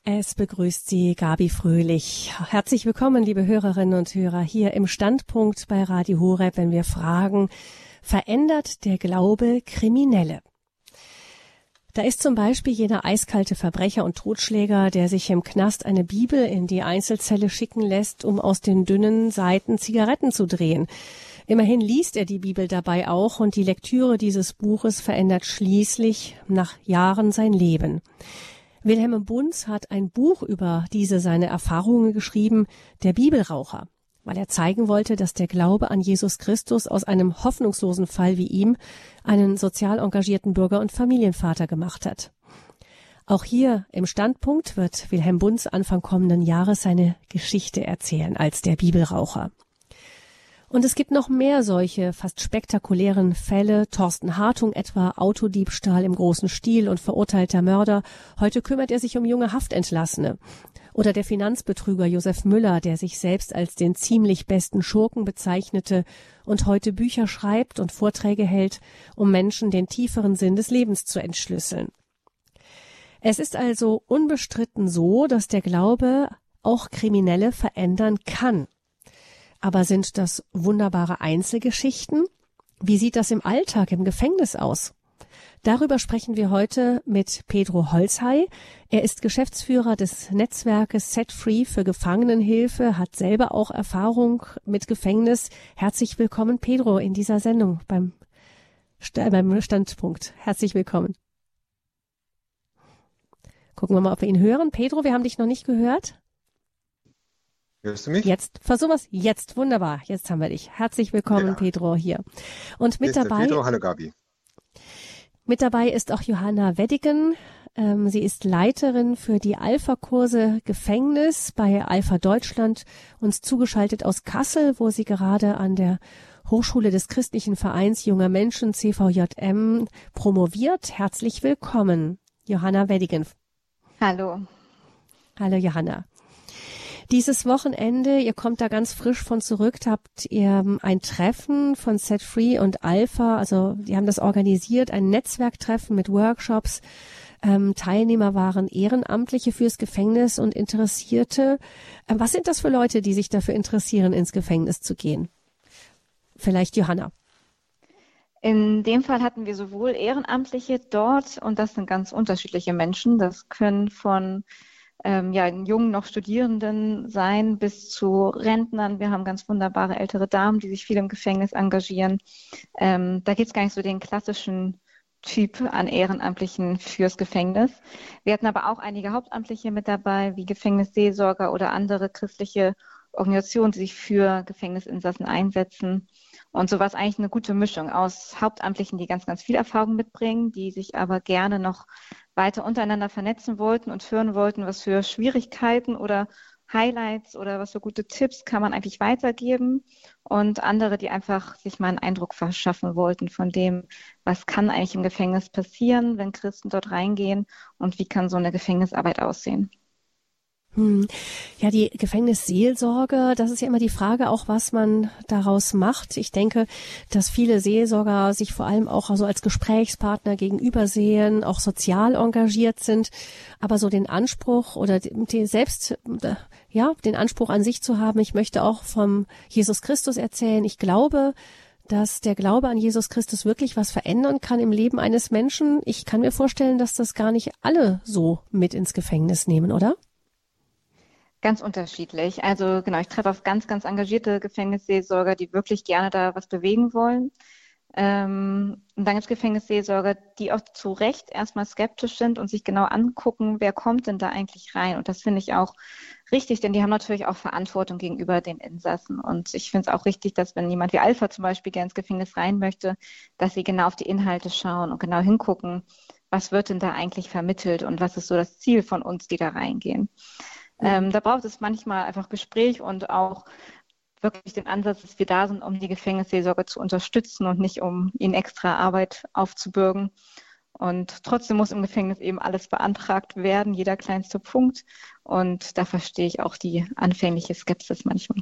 Es begrüßt Sie Gabi Fröhlich. Herzlich willkommen, liebe Hörerinnen und Hörer, hier im Standpunkt bei Radio Horeb, wenn wir fragen, verändert der Glaube Kriminelle? Da ist zum Beispiel jener eiskalte Verbrecher und Totschläger, der sich im Knast eine Bibel in die Einzelzelle schicken lässt, um aus den dünnen Seiten Zigaretten zu drehen. Immerhin liest er die Bibel dabei auch und die Lektüre dieses Buches verändert schließlich nach Jahren sein Leben. Wilhelm Bunz hat ein Buch über diese seine Erfahrungen geschrieben, Der Bibelraucher, weil er zeigen wollte, dass der Glaube an Jesus Christus aus einem hoffnungslosen Fall wie ihm einen sozial engagierten Bürger- und Familienvater gemacht hat. Auch hier im Standpunkt wird Wilhelm Bunz Anfang kommenden Jahres seine Geschichte erzählen als der Bibelraucher. Und es gibt noch mehr solche fast spektakulären Fälle. Thorsten Hartung etwa, Autodiebstahl im großen Stil und verurteilter Mörder. Heute kümmert er sich um junge Haftentlassene. Oder der Finanzbetrüger Josef Müller, der sich selbst als den ziemlich besten Schurken bezeichnete und heute Bücher schreibt und Vorträge hält, um Menschen den tieferen Sinn des Lebens zu entschlüsseln. Es ist also unbestritten so, dass der Glaube auch Kriminelle verändern kann. Aber sind das wunderbare Einzelgeschichten? Wie sieht das im Alltag, im Gefängnis aus? Darüber sprechen wir heute mit Pedro Holzhey. Er ist Geschäftsführer des Netzwerkes Set Free für Gefangenenhilfe, hat selber auch Erfahrung mit Gefängnis. Herzlich willkommen, Pedro, in dieser Sendung beim Standpunkt. Herzlich willkommen. Gucken wir mal, ob wir ihn hören. Pedro, wir haben dich noch nicht gehört. Hörst du mich? Jetzt, versuchen wir es. Jetzt, wunderbar. Jetzt haben wir dich. Herzlich willkommen, ja. Pedro, hier. Und mit dabei. Pedro, hallo Gabi. Mit dabei ist auch Johanna Weddigen. Sie ist Leiterin für die Alpha-Kurse Gefängnis bei Alpha Deutschland, uns zugeschaltet aus Kassel, wo sie gerade an der Hochschule des Christlichen Vereins Junger Menschen CVJM promoviert. Herzlich willkommen, Johanna Weddigen. Hallo. Hallo, Johanna. Dieses Wochenende, ihr kommt da ganz frisch von zurück, habt ihr ein Treffen von Set Free und Alpha, also die haben das organisiert, ein Netzwerktreffen mit Workshops. Teilnehmer waren Ehrenamtliche fürs Gefängnis und Interessierte. Was sind das für Leute, die sich dafür interessieren, ins Gefängnis zu gehen? Vielleicht Johanna. In dem Fall hatten wir sowohl Ehrenamtliche dort und das sind ganz unterschiedliche Menschen. Das können von jungen noch Studierenden sein bis zu Rentnern. Wir haben ganz wunderbare ältere Damen, die sich viel im Gefängnis engagieren. Da gibt es gar nicht so den klassischen Typ an Ehrenamtlichen fürs Gefängnis. Wir hatten aber auch einige Hauptamtliche mit dabei, wie Gefängnisseelsorger oder andere christliche Organisationen, die sich für Gefängnisinsassen einsetzen. Und so war es eigentlich eine gute Mischung aus Hauptamtlichen, die ganz, ganz viel Erfahrung mitbringen, die sich aber gerne noch weiter untereinander vernetzen wollten und hören wollten, was für Schwierigkeiten oder Highlights oder was für gute Tipps kann man eigentlich weitergeben. Und andere, die einfach sich mal einen Eindruck verschaffen wollten von dem, was kann eigentlich im Gefängnis passieren, wenn Christen dort reingehen und wie kann so eine Gefängnisarbeit aussehen. Ja, die Gefängnisseelsorge, das ist ja immer die Frage auch, was man daraus macht. Ich denke, dass viele Seelsorger sich vor allem auch so als Gesprächspartner gegenüber sehen, auch sozial engagiert sind, aber so den Anspruch oder den Anspruch an sich zu haben, ich möchte auch vom Jesus Christus erzählen. Ich glaube, dass der Glaube an Jesus Christus wirklich was verändern kann im Leben eines Menschen. Ich kann mir vorstellen, dass das gar nicht alle so mit ins Gefängnis nehmen, oder? Ganz unterschiedlich. Also genau, ich treffe auf ganz, ganz engagierte Gefängnisseelsorger, die wirklich gerne da was bewegen wollen. Und dann gibt es Gefängnisseelsorger, die auch zu Recht erstmal skeptisch sind und sich genau angucken, wer kommt denn da eigentlich rein. Und das finde ich auch richtig, denn die haben natürlich auch Verantwortung gegenüber den Insassen. Und ich finde es auch richtig, dass wenn jemand wie Alpha zum Beispiel gerne ins Gefängnis rein möchte, dass sie genau auf die Inhalte schauen und genau hingucken, was wird denn da eigentlich vermittelt und was ist so das Ziel von uns, die da reingehen. Da braucht es manchmal einfach Gespräch und auch wirklich den Ansatz, dass wir da sind, um die Gefängnisseelsorge zu unterstützen und nicht um ihnen extra Arbeit aufzubürgen. Und trotzdem muss im Gefängnis eben alles beantragt werden, jeder kleinste Punkt. Und da verstehe ich auch die anfängliche Skepsis manchmal.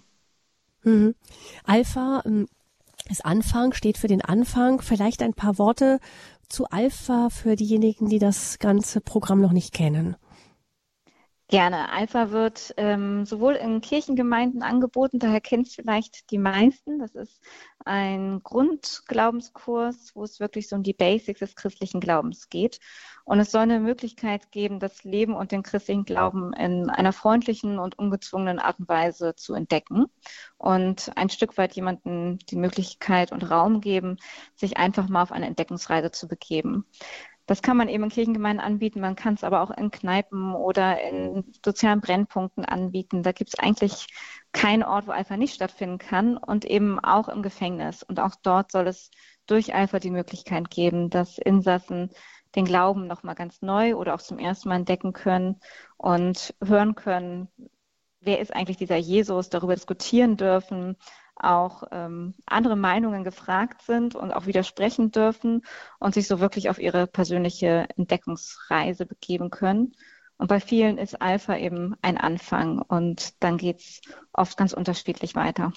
Alpha, das Anfang steht für den Anfang. Vielleicht ein paar Worte zu Alpha für diejenigen, die das ganze Programm noch nicht kennen. Gerne. Alpha wird sowohl in Kirchengemeinden angeboten, daher kennt es vielleicht die meisten. Das ist ein Grundglaubenskurs, wo es wirklich so um die Basics des christlichen Glaubens geht. Und es soll eine Möglichkeit geben, das Leben und den christlichen Glauben in einer freundlichen und ungezwungenen Art und Weise zu entdecken und ein Stück weit jemandem die Möglichkeit und Raum geben, sich einfach mal auf eine Entdeckungsreise zu begeben. Das kann man eben in Kirchengemeinden anbieten, man kann es aber auch in Kneipen oder in sozialen Brennpunkten anbieten. Da gibt es eigentlich keinen Ort, wo Alpha nicht stattfinden kann und eben auch im Gefängnis. Und auch dort soll es durch Alpha die Möglichkeit geben, dass Insassen den Glauben nochmal ganz neu oder auch zum ersten Mal entdecken können und hören können, wer ist eigentlich dieser Jesus, darüber diskutieren dürfen, auch andere Meinungen gefragt sind und auch widersprechen dürfen und sich so wirklich auf ihre persönliche Entdeckungsreise begeben können. Und bei vielen ist Alpha eben ein Anfang und dann geht es oft ganz unterschiedlich weiter.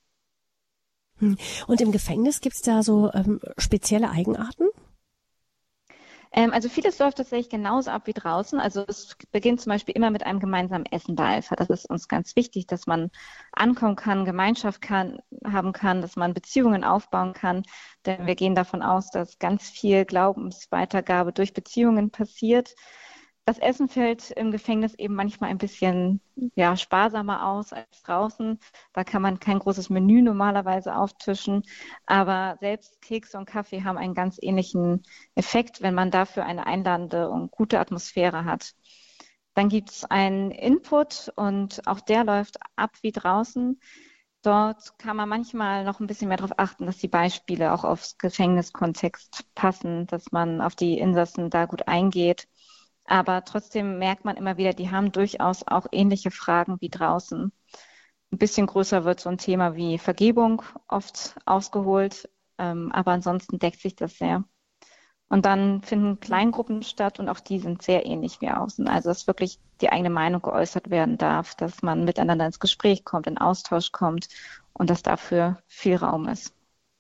Und im Gefängnis gibt es da so spezielle Eigenarten? Also vieles läuft tatsächlich genauso ab wie draußen. Also es beginnt zum Beispiel immer mit einem gemeinsamen Essen bei Alpha. Das ist uns ganz wichtig, dass man ankommen kann, Gemeinschaft haben kann, dass man Beziehungen aufbauen kann. Denn wir gehen davon aus, dass ganz viel Glaubensweitergabe durch Beziehungen passiert. Das Essen fällt im Gefängnis eben manchmal ein bisschen sparsamer aus als draußen. Da kann man kein großes Menü normalerweise auftischen. Aber selbst Kekse und Kaffee haben einen ganz ähnlichen Effekt, wenn man dafür eine einladende und gute Atmosphäre hat. Dann gibt es einen Input und auch der läuft ab wie draußen. Dort kann man manchmal noch ein bisschen mehr darauf achten, dass die Beispiele auch aufs Gefängniskontext passen, dass man auf die Insassen da gut eingeht. Aber trotzdem merkt man immer wieder, die haben durchaus auch ähnliche Fragen wie draußen. Ein bisschen größer wird so ein Thema wie Vergebung oft ausgeholt, aber ansonsten deckt sich das sehr. Und dann finden Kleingruppen statt und auch die sind sehr ähnlich wie außen. Also dass wirklich die eigene Meinung geäußert werden darf, dass man miteinander ins Gespräch kommt, in Austausch kommt und dass dafür viel Raum ist.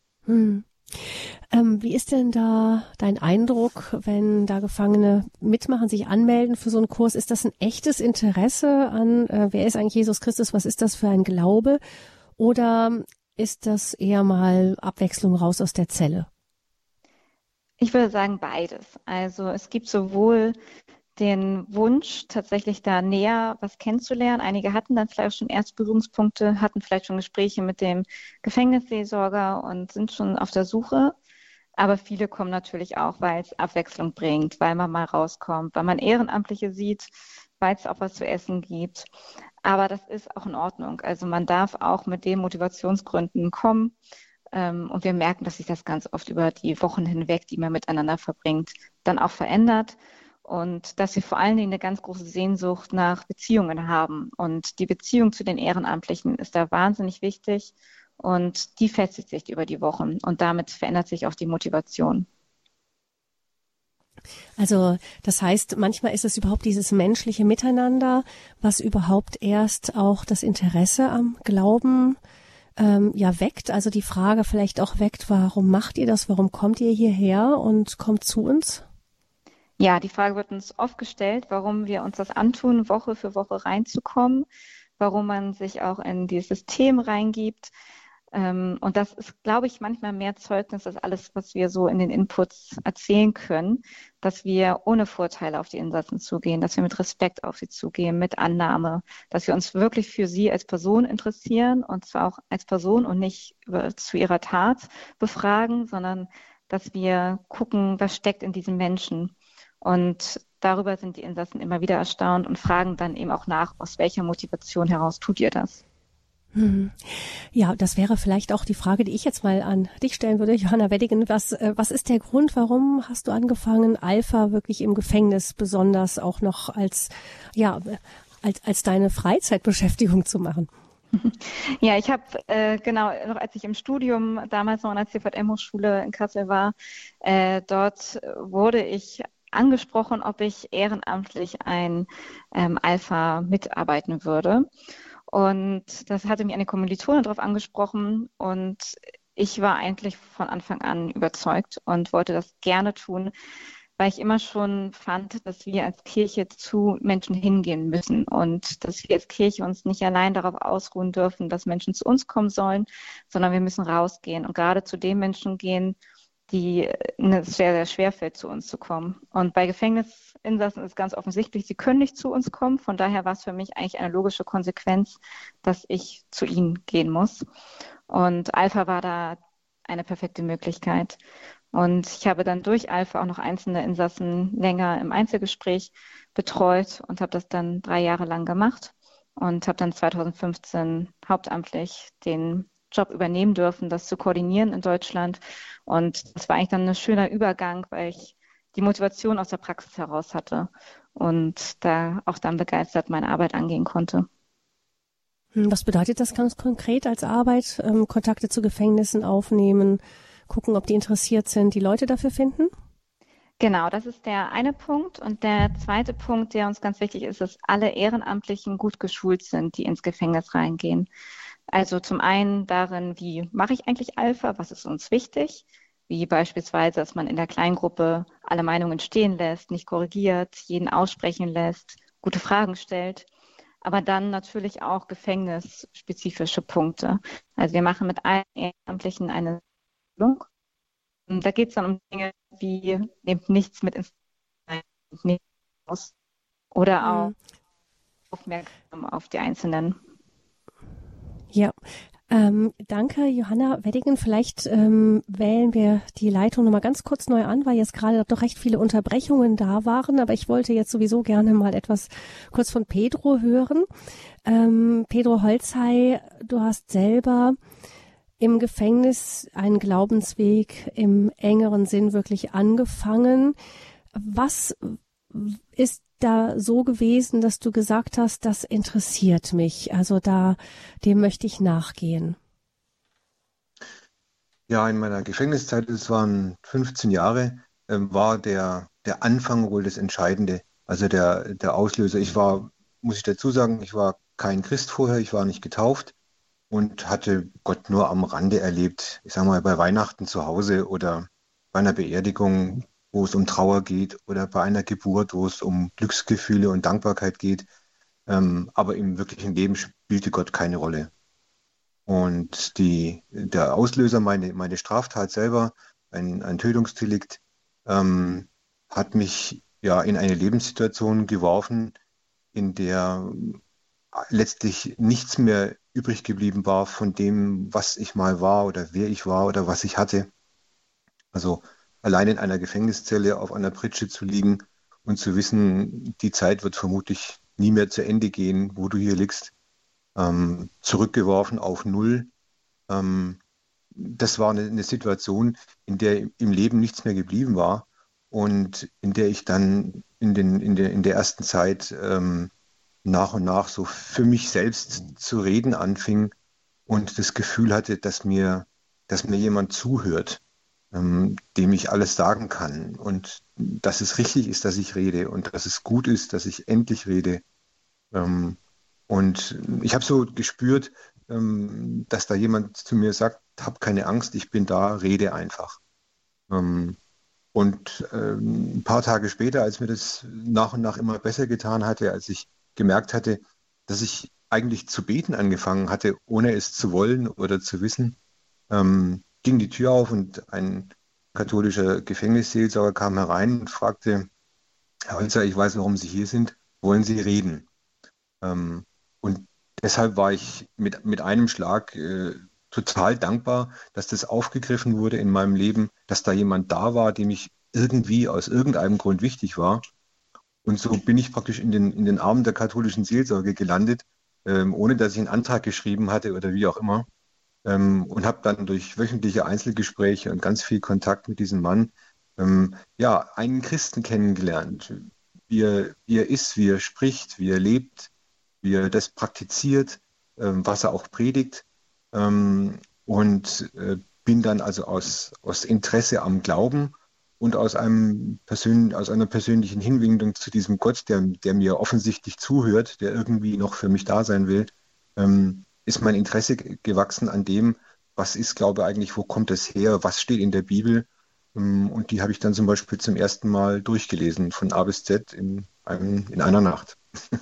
Wie ist denn da dein Eindruck, wenn da Gefangene mitmachen, sich anmelden für so einen Kurs? Ist das ein echtes Interesse an, wer ist eigentlich Jesus Christus, was ist das für ein Glaube? Oder ist das eher mal Abwechslung raus aus der Zelle? Ich würde sagen beides. Also es gibt sowohl den Wunsch, tatsächlich da näher was kennenzulernen. Einige hatten dann vielleicht schon erst Berührungspunkte, hatten vielleicht schon Gespräche mit dem Gefängnisseelsorger und sind schon auf der Suche. Aber viele kommen natürlich auch, weil es Abwechslung bringt, weil man mal rauskommt, weil man Ehrenamtliche sieht, weil es auch was zu essen gibt. Aber das ist auch in Ordnung. Also man darf auch mit den Motivationsgründen kommen. Und wir merken, dass sich das ganz oft über die Wochen hinweg, die man miteinander verbringt, dann auch verändert. Und dass wir vor allen Dingen eine ganz große Sehnsucht nach Beziehungen haben. Und die Beziehung zu den Ehrenamtlichen ist da wahnsinnig wichtig. Und die festigt sich über die Wochen. Und damit verändert sich auch die Motivation. Also das heißt, manchmal ist es überhaupt dieses menschliche Miteinander, was überhaupt erst auch das Interesse am Glauben weckt. Also die Frage vielleicht auch weckt, warum macht ihr das? Warum kommt ihr hierher und kommt zu uns? Ja, die Frage wird uns oft gestellt, warum wir uns das antun, Woche für Woche reinzukommen, warum man sich auch in dieses System reingibt. Und das ist, glaube ich, manchmal mehr Zeugnis als alles, was wir so in den Inputs erzählen können, dass wir ohne Vorteile auf die Insassen zugehen, dass wir mit Respekt auf sie zugehen, mit Annahme, dass wir uns wirklich für sie als Person interessieren und zwar auch als Person und nicht zu ihrer Tat befragen, sondern dass wir gucken, was steckt in diesem Menschen. Und darüber sind die Insassen immer wieder erstaunt und fragen dann eben auch nach, aus welcher Motivation heraus tut ihr das? Ja, das wäre vielleicht auch die Frage, die ich jetzt mal an dich stellen würde, Johanna Weddigen. Was ist der Grund, warum hast du angefangen, Alpha wirklich im Gefängnis besonders auch noch als deine Freizeitbeschäftigung zu machen? Ja, ich habe genau, noch als ich im Studium damals noch an der CVM-Hochschule in Kassel war, dort wurde ich angesprochen, ob ich ehrenamtlich ein Alpha mitarbeiten würde. Und das hatte mich eine Kommilitonin darauf angesprochen und ich war eigentlich von Anfang an überzeugt und wollte das gerne tun, weil ich immer schon fand, dass wir als Kirche zu Menschen hingehen müssen und dass wir als Kirche uns nicht allein darauf ausruhen dürfen, dass Menschen zu uns kommen sollen, sondern wir müssen rausgehen und gerade zu den Menschen gehen, die es sehr, sehr schwer fällt, zu uns zu kommen. Und bei Gefängnisinsassen ist ganz offensichtlich, sie können nicht zu uns kommen. Von daher war es für mich eigentlich eine logische Konsequenz, dass ich zu ihnen gehen muss. Und Alpha war da eine perfekte Möglichkeit. Und ich habe dann durch Alpha auch noch einzelne Insassen länger im Einzelgespräch betreut und habe das dann 3 Jahre lang gemacht und habe dann 2015 hauptamtlich den Job übernehmen dürfen, das zu koordinieren in Deutschland. Und das war eigentlich dann ein schöner Übergang, weil ich die Motivation aus der Praxis heraus hatte und da auch dann begeistert meine Arbeit angehen konnte. Was bedeutet das ganz konkret als Arbeit? Kontakte zu Gefängnissen aufnehmen, gucken, ob die interessiert sind, die Leute dafür finden? Genau, das ist der eine Punkt. Und der zweite Punkt, der uns ganz wichtig ist, dass alle Ehrenamtlichen gut geschult sind, die ins Gefängnis reingehen. Also zum einen darin, wie mache ich eigentlich Alpha, was ist uns wichtig, wie beispielsweise, dass man in der Kleingruppe alle Meinungen stehen lässt, nicht korrigiert, jeden aussprechen lässt, gute Fragen stellt, aber dann natürlich auch gefängnisspezifische Punkte. Also wir machen mit allen Ehrenamtlichen eine Schulung. Und da geht es dann um Dinge wie, nehmt nichts mit ins nicht aus oder auch aufmerksam auf die Einzelnen. Ja, danke Johanna Weddingen. Vielleicht wählen wir die Leitung nochmal ganz kurz neu an, weil jetzt gerade doch recht viele Unterbrechungen da waren. Aber ich wollte jetzt sowieso gerne mal etwas kurz von Pedro hören. Pedro Holzhey, du hast selber im Gefängnis einen Glaubensweg im engeren Sinn wirklich angefangen. Was ist da so gewesen, dass du gesagt hast, das interessiert mich, also dem möchte ich nachgehen? Ja, in meiner Gefängniszeit, das waren 15 Jahre, war der Anfang wohl das Entscheidende, also der Auslöser. Muss ich dazu sagen, ich war kein Christ vorher, ich war nicht getauft und hatte Gott nur am Rande erlebt. Ich sage mal, bei Weihnachten zu Hause oder bei einer Beerdigung, wo es um Trauer geht, oder bei einer Geburt, wo es um Glücksgefühle und Dankbarkeit geht. Aber im wirklichen Leben spielte Gott keine Rolle. Und der Auslöser, meine Straftat selber, ein Tötungsdelikt, hat mich ja in eine Lebenssituation geworfen, in der letztlich nichts mehr übrig geblieben war von dem, was ich mal war oder wer ich war oder was ich hatte. Also allein in einer Gefängniszelle auf einer Pritsche zu liegen und zu wissen, die Zeit wird vermutlich nie mehr zu Ende gehen, wo du hier liegst, zurückgeworfen auf Null. Das war eine Situation, in der im Leben nichts mehr geblieben war und in der ich dann in der ersten Zeit nach und nach so für mich selbst zu reden anfing und das Gefühl hatte, dass mir jemand zuhört, dem ich alles sagen kann und dass es richtig ist, dass ich rede und dass es gut ist, dass ich endlich rede. Und ich habe so gespürt, dass da jemand zu mir sagt, hab keine Angst, ich bin da, rede einfach. Und ein paar Tage später, als mir das nach und nach immer besser getan hatte, als ich gemerkt hatte, dass ich eigentlich zu beten angefangen hatte, ohne es zu wollen oder zu wissen, ging die Tür auf und ein katholischer Gefängnisseelsorger kam herein und fragte, Herr Holzer, ich weiß, warum Sie hier sind, wollen Sie reden? Und deshalb war ich mit einem Schlag total dankbar, dass das aufgegriffen wurde in meinem Leben, dass da jemand da war, dem ich irgendwie aus irgendeinem Grund wichtig war. Und so bin ich praktisch in den Armen der katholischen Seelsorge gelandet, ohne dass ich einen Antrag geschrieben hatte oder wie auch immer. Und habe dann durch wöchentliche Einzelgespräche und ganz viel Kontakt mit diesem Mann einen Christen kennengelernt, wie er ist, wie er spricht, wie er lebt, wie er das praktiziert, was er auch predigt. Und bin dann also aus Interesse am Glauben und aus einer persönlichen Hinwendung zu diesem Gott, der mir offensichtlich zuhört, der irgendwie noch für mich da sein will, ist mein Interesse gewachsen an dem, was ist Glaube eigentlich, wo kommt es her, was steht in der Bibel. Und die habe ich dann zum Beispiel zum ersten Mal durchgelesen, von A bis Z in einer Nacht.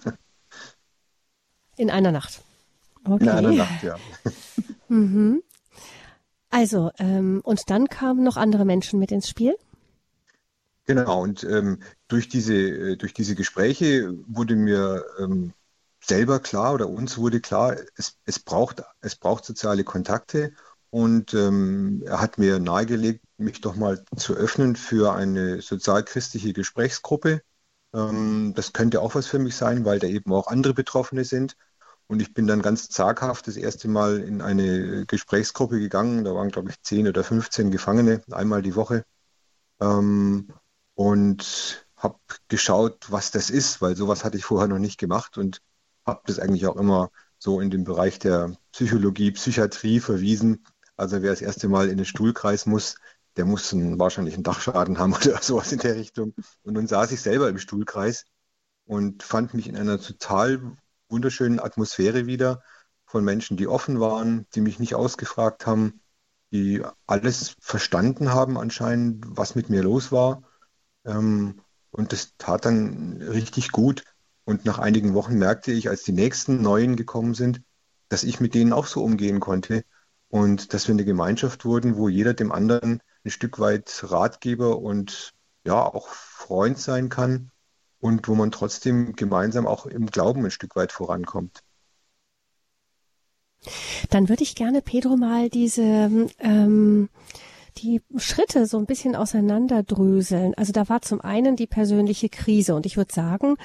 In einer Nacht. In einer Okay. Nacht, ja. Mhm. Also, und dann kamen noch andere Menschen mit ins Spiel? Genau, und durch diese Gespräche wurde mir selber klar oder uns wurde klar, es braucht soziale Kontakte und er hat mir nahegelegt, mich doch mal zu öffnen für eine sozialchristliche Gesprächsgruppe. Das könnte auch was für mich sein, weil da eben auch andere Betroffene sind. Und ich bin dann ganz zaghaft das erste Mal in eine Gesprächsgruppe gegangen. Da waren, glaube ich, 10 oder 15 Gefangene, einmal die Woche. Ähm, und habe geschaut, was das ist, weil sowas hatte ich vorher noch nicht gemacht und habe das eigentlich auch immer so in den Bereich der Psychologie, Psychiatrie verwiesen. Also wer das erste Mal in den Stuhlkreis muss, der muss wahrscheinlich einen Dachschaden haben oder sowas in der Richtung. Und nun saß ich selber im Stuhlkreis und fand mich in einer total wunderschönen Atmosphäre wieder von Menschen, die offen waren, die mich nicht ausgefragt haben, die alles verstanden haben anscheinend, was mit mir los war. Und das tat dann richtig gut. Und nach einigen Wochen merkte ich, als die nächsten Neuen gekommen sind, dass ich mit denen auch so umgehen konnte und dass wir eine Gemeinschaft wurden, wo jeder dem anderen ein Stück weit Ratgeber und ja auch Freund sein kann und wo man trotzdem gemeinsam auch im Glauben ein Stück weit vorankommt. Dann würde ich gerne, Pedro, mal die Schritte so ein bisschen auseinanderdröseln. Also da war zum einen die persönliche Krise und ich würde sagen,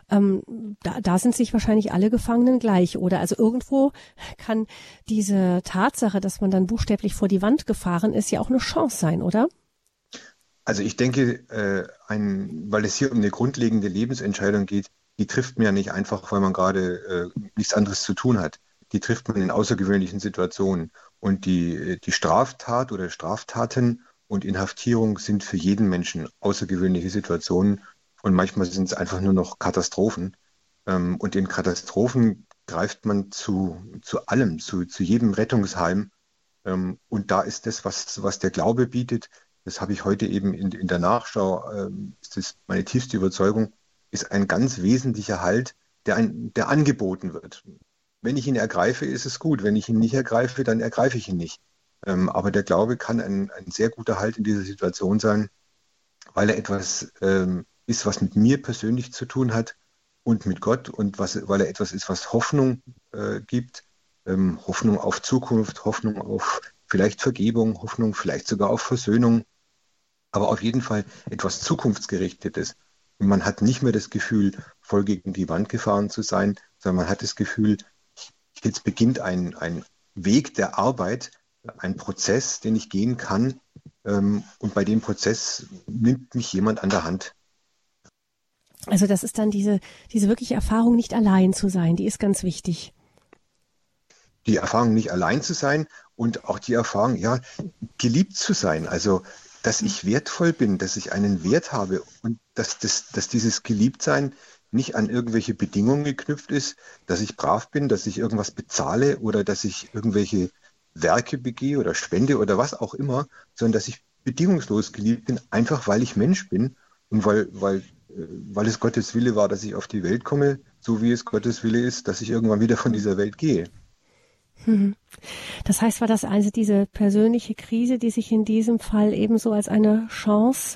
da sind sich wahrscheinlich alle Gefangenen gleich, oder? Also irgendwo kann diese Tatsache, dass man dann buchstäblich vor die Wand gefahren ist, ja auch eine Chance sein, oder? Also ich denke, weil es hier um eine grundlegende Lebensentscheidung geht, die trifft man ja nicht einfach, weil man gerade nichts anderes zu tun hat. Die trifft man in außergewöhnlichen Situationen. Und die Straftat oder Straftaten und Inhaftierung sind für jeden Menschen außergewöhnliche Situationen. Und manchmal sind es einfach nur noch Katastrophen. Und in Katastrophen greift man zu allem, zu jedem Rettungsheim. Und da ist das, was der Glaube bietet, das habe ich heute eben in der Nachschau, ist das meine tiefste Überzeugung, ist ein ganz wesentlicher Halt, der angeboten wird. Wenn ich ihn ergreife, ist es gut. Wenn ich ihn nicht ergreife, dann ergreife ich ihn nicht. Aber der Glaube kann ein sehr guter Halt in dieser Situation sein, weil er etwas ist, was mit mir persönlich zu tun hat und mit Gott und weil er etwas ist, was Hoffnung gibt, Hoffnung auf Zukunft, Hoffnung auf vielleicht Vergebung, Hoffnung vielleicht sogar auf Versöhnung, aber auf jeden Fall etwas Zukunftsgerichtetes. Und man hat nicht mehr das Gefühl, voll gegen die Wand gefahren zu sein, sondern man hat das Gefühl, jetzt beginnt ein Weg der Arbeit, ein Prozess, den ich gehen kann. Und bei dem Prozess nimmt mich jemand an der Hand. Also das ist dann diese wirkliche Erfahrung, nicht allein zu sein, die ist ganz wichtig. Die Erfahrung, nicht allein zu sein und auch die Erfahrung, ja, geliebt zu sein. Also, dass ich wertvoll bin, dass ich einen Wert habe und dass dieses Geliebtsein nicht an irgendwelche Bedingungen geknüpft ist, dass ich brav bin, dass ich irgendwas bezahle oder dass ich irgendwelche Werke begehe oder spende oder was auch immer, sondern dass ich bedingungslos geliebt bin, einfach weil ich Mensch bin und weil es Gottes Wille war, dass ich auf die Welt komme, so wie es Gottes Wille ist, dass ich irgendwann wieder von dieser Welt gehe. Das heißt, war das also diese persönliche Krise, die sich in diesem Fall ebenso als eine Chance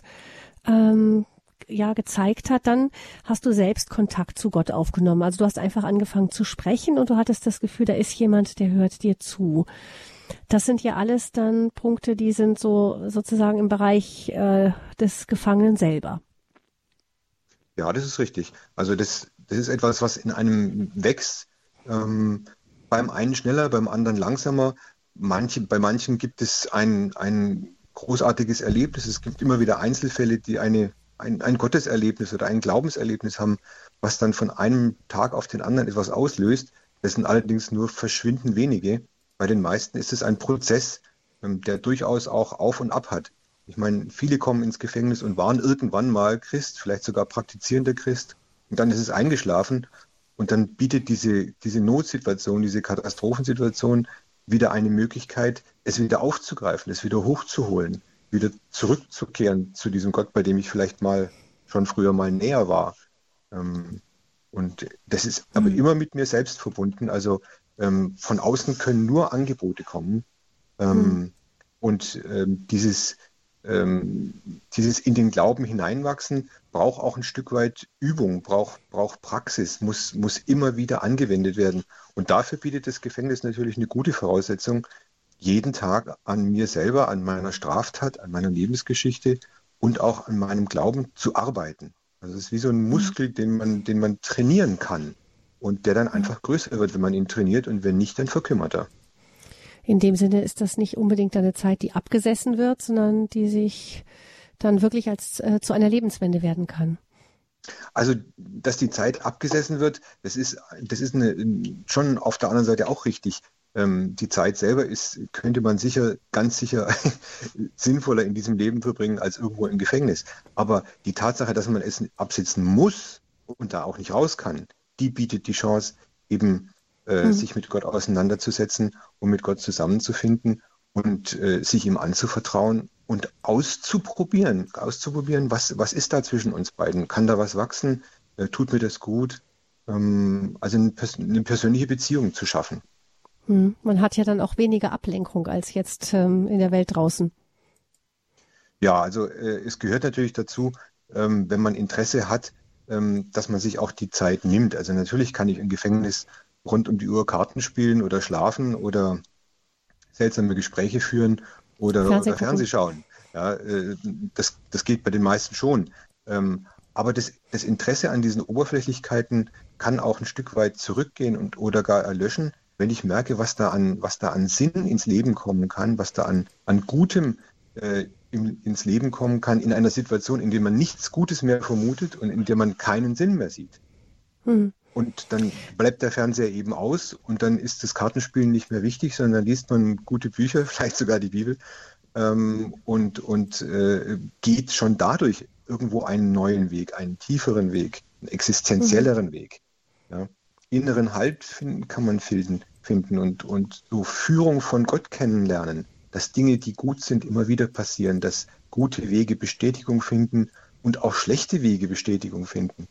gezeigt hat, dann hast du selbst Kontakt zu Gott aufgenommen. Also du hast einfach angefangen zu sprechen und du hattest das Gefühl, da ist jemand, der hört dir zu. Das sind ja alles dann Punkte, die sind so sozusagen im Bereich des Gefangenen selber. Ja, das ist richtig. Also das ist etwas, was in einem wächst. Beim einen schneller, beim anderen langsamer. Bei manchen gibt es ein großartiges Erlebnis. Es gibt immer wieder Einzelfälle, die ein Gotteserlebnis oder ein Glaubenserlebnis haben, was dann von einem Tag auf den anderen etwas auslöst. Das sind allerdings nur verschwindend wenige. Bei den meisten ist es ein Prozess, der durchaus auch Auf und Ab hat. Ich meine, viele kommen ins Gefängnis und waren irgendwann mal Christ, vielleicht sogar praktizierender Christ. Und dann ist es eingeschlafen. Und dann bietet diese Notsituation, diese Katastrophensituation wieder eine Möglichkeit, es wieder aufzugreifen, es wieder hochzuholen, wieder zurückzukehren zu diesem Gott, bei dem ich vielleicht mal schon früher mal näher war. Und das ist aber immer mit mir selbst verbunden. Also von außen können nur Angebote kommen. Und dieses in den Glauben hineinwachsen braucht auch ein Stück weit Übung, braucht Praxis, muss immer wieder angewendet werden. Und dafür bietet das Gefängnis natürlich eine gute Voraussetzung, jeden Tag an mir selber, an meiner Straftat, an meiner Lebensgeschichte und auch an meinem Glauben zu arbeiten. Also es ist wie so ein Muskel, den man trainieren kann und der dann einfach größer wird, wenn man ihn trainiert, und wenn nicht, dann verkümmert er. In dem Sinne ist das nicht unbedingt eine Zeit, die abgesessen wird, sondern die sich dann wirklich als zu einer Lebenswende werden kann. Also, dass die Zeit abgesessen wird, das ist schon auf der anderen Seite auch richtig. Die Zeit selber könnte man ganz sicher sinnvoller in diesem Leben verbringen als irgendwo im Gefängnis. Aber die Tatsache, dass man es absitzen muss und da auch nicht raus kann, die bietet die Chance, eben sich mit Gott auseinanderzusetzen und mit Gott zusammenzufinden und sich ihm anzuvertrauen und auszuprobieren, was ist da zwischen uns beiden? Kann da was wachsen? Tut mir das gut? Also eine persönliche Beziehung zu schaffen. Man hat ja dann auch weniger Ablenkung als jetzt in der Welt draußen. Ja, also es gehört natürlich dazu, wenn man Interesse hat, dass man sich auch die Zeit nimmt. Also natürlich kann ich im Gefängnis rund um die Uhr Karten spielen oder schlafen oder seltsame Gespräche führen oder Fernseh schauen. Ja, das geht bei den meisten schon. Aber das Interesse an diesen Oberflächlichkeiten kann auch ein Stück weit zurückgehen oder gar erlöschen, wenn ich merke, was da an Sinn ins Leben kommen kann, was da an Gutem ins Leben kommen kann, in einer Situation, in der man nichts Gutes mehr vermutet und in der man keinen Sinn mehr sieht. Und dann bleibt der Fernseher eben aus und dann ist das Kartenspielen nicht mehr wichtig, sondern dann liest man gute Bücher, vielleicht sogar die Bibel, und geht schon dadurch irgendwo einen neuen Weg, einen tieferen Weg, einen existenzielleren Weg. Ja. Inneren Halt kann man finden und so Führung von Gott kennenlernen, dass Dinge, die gut sind, immer wieder passieren, dass gute Wege Bestätigung finden und auch schlechte Wege Bestätigung finden.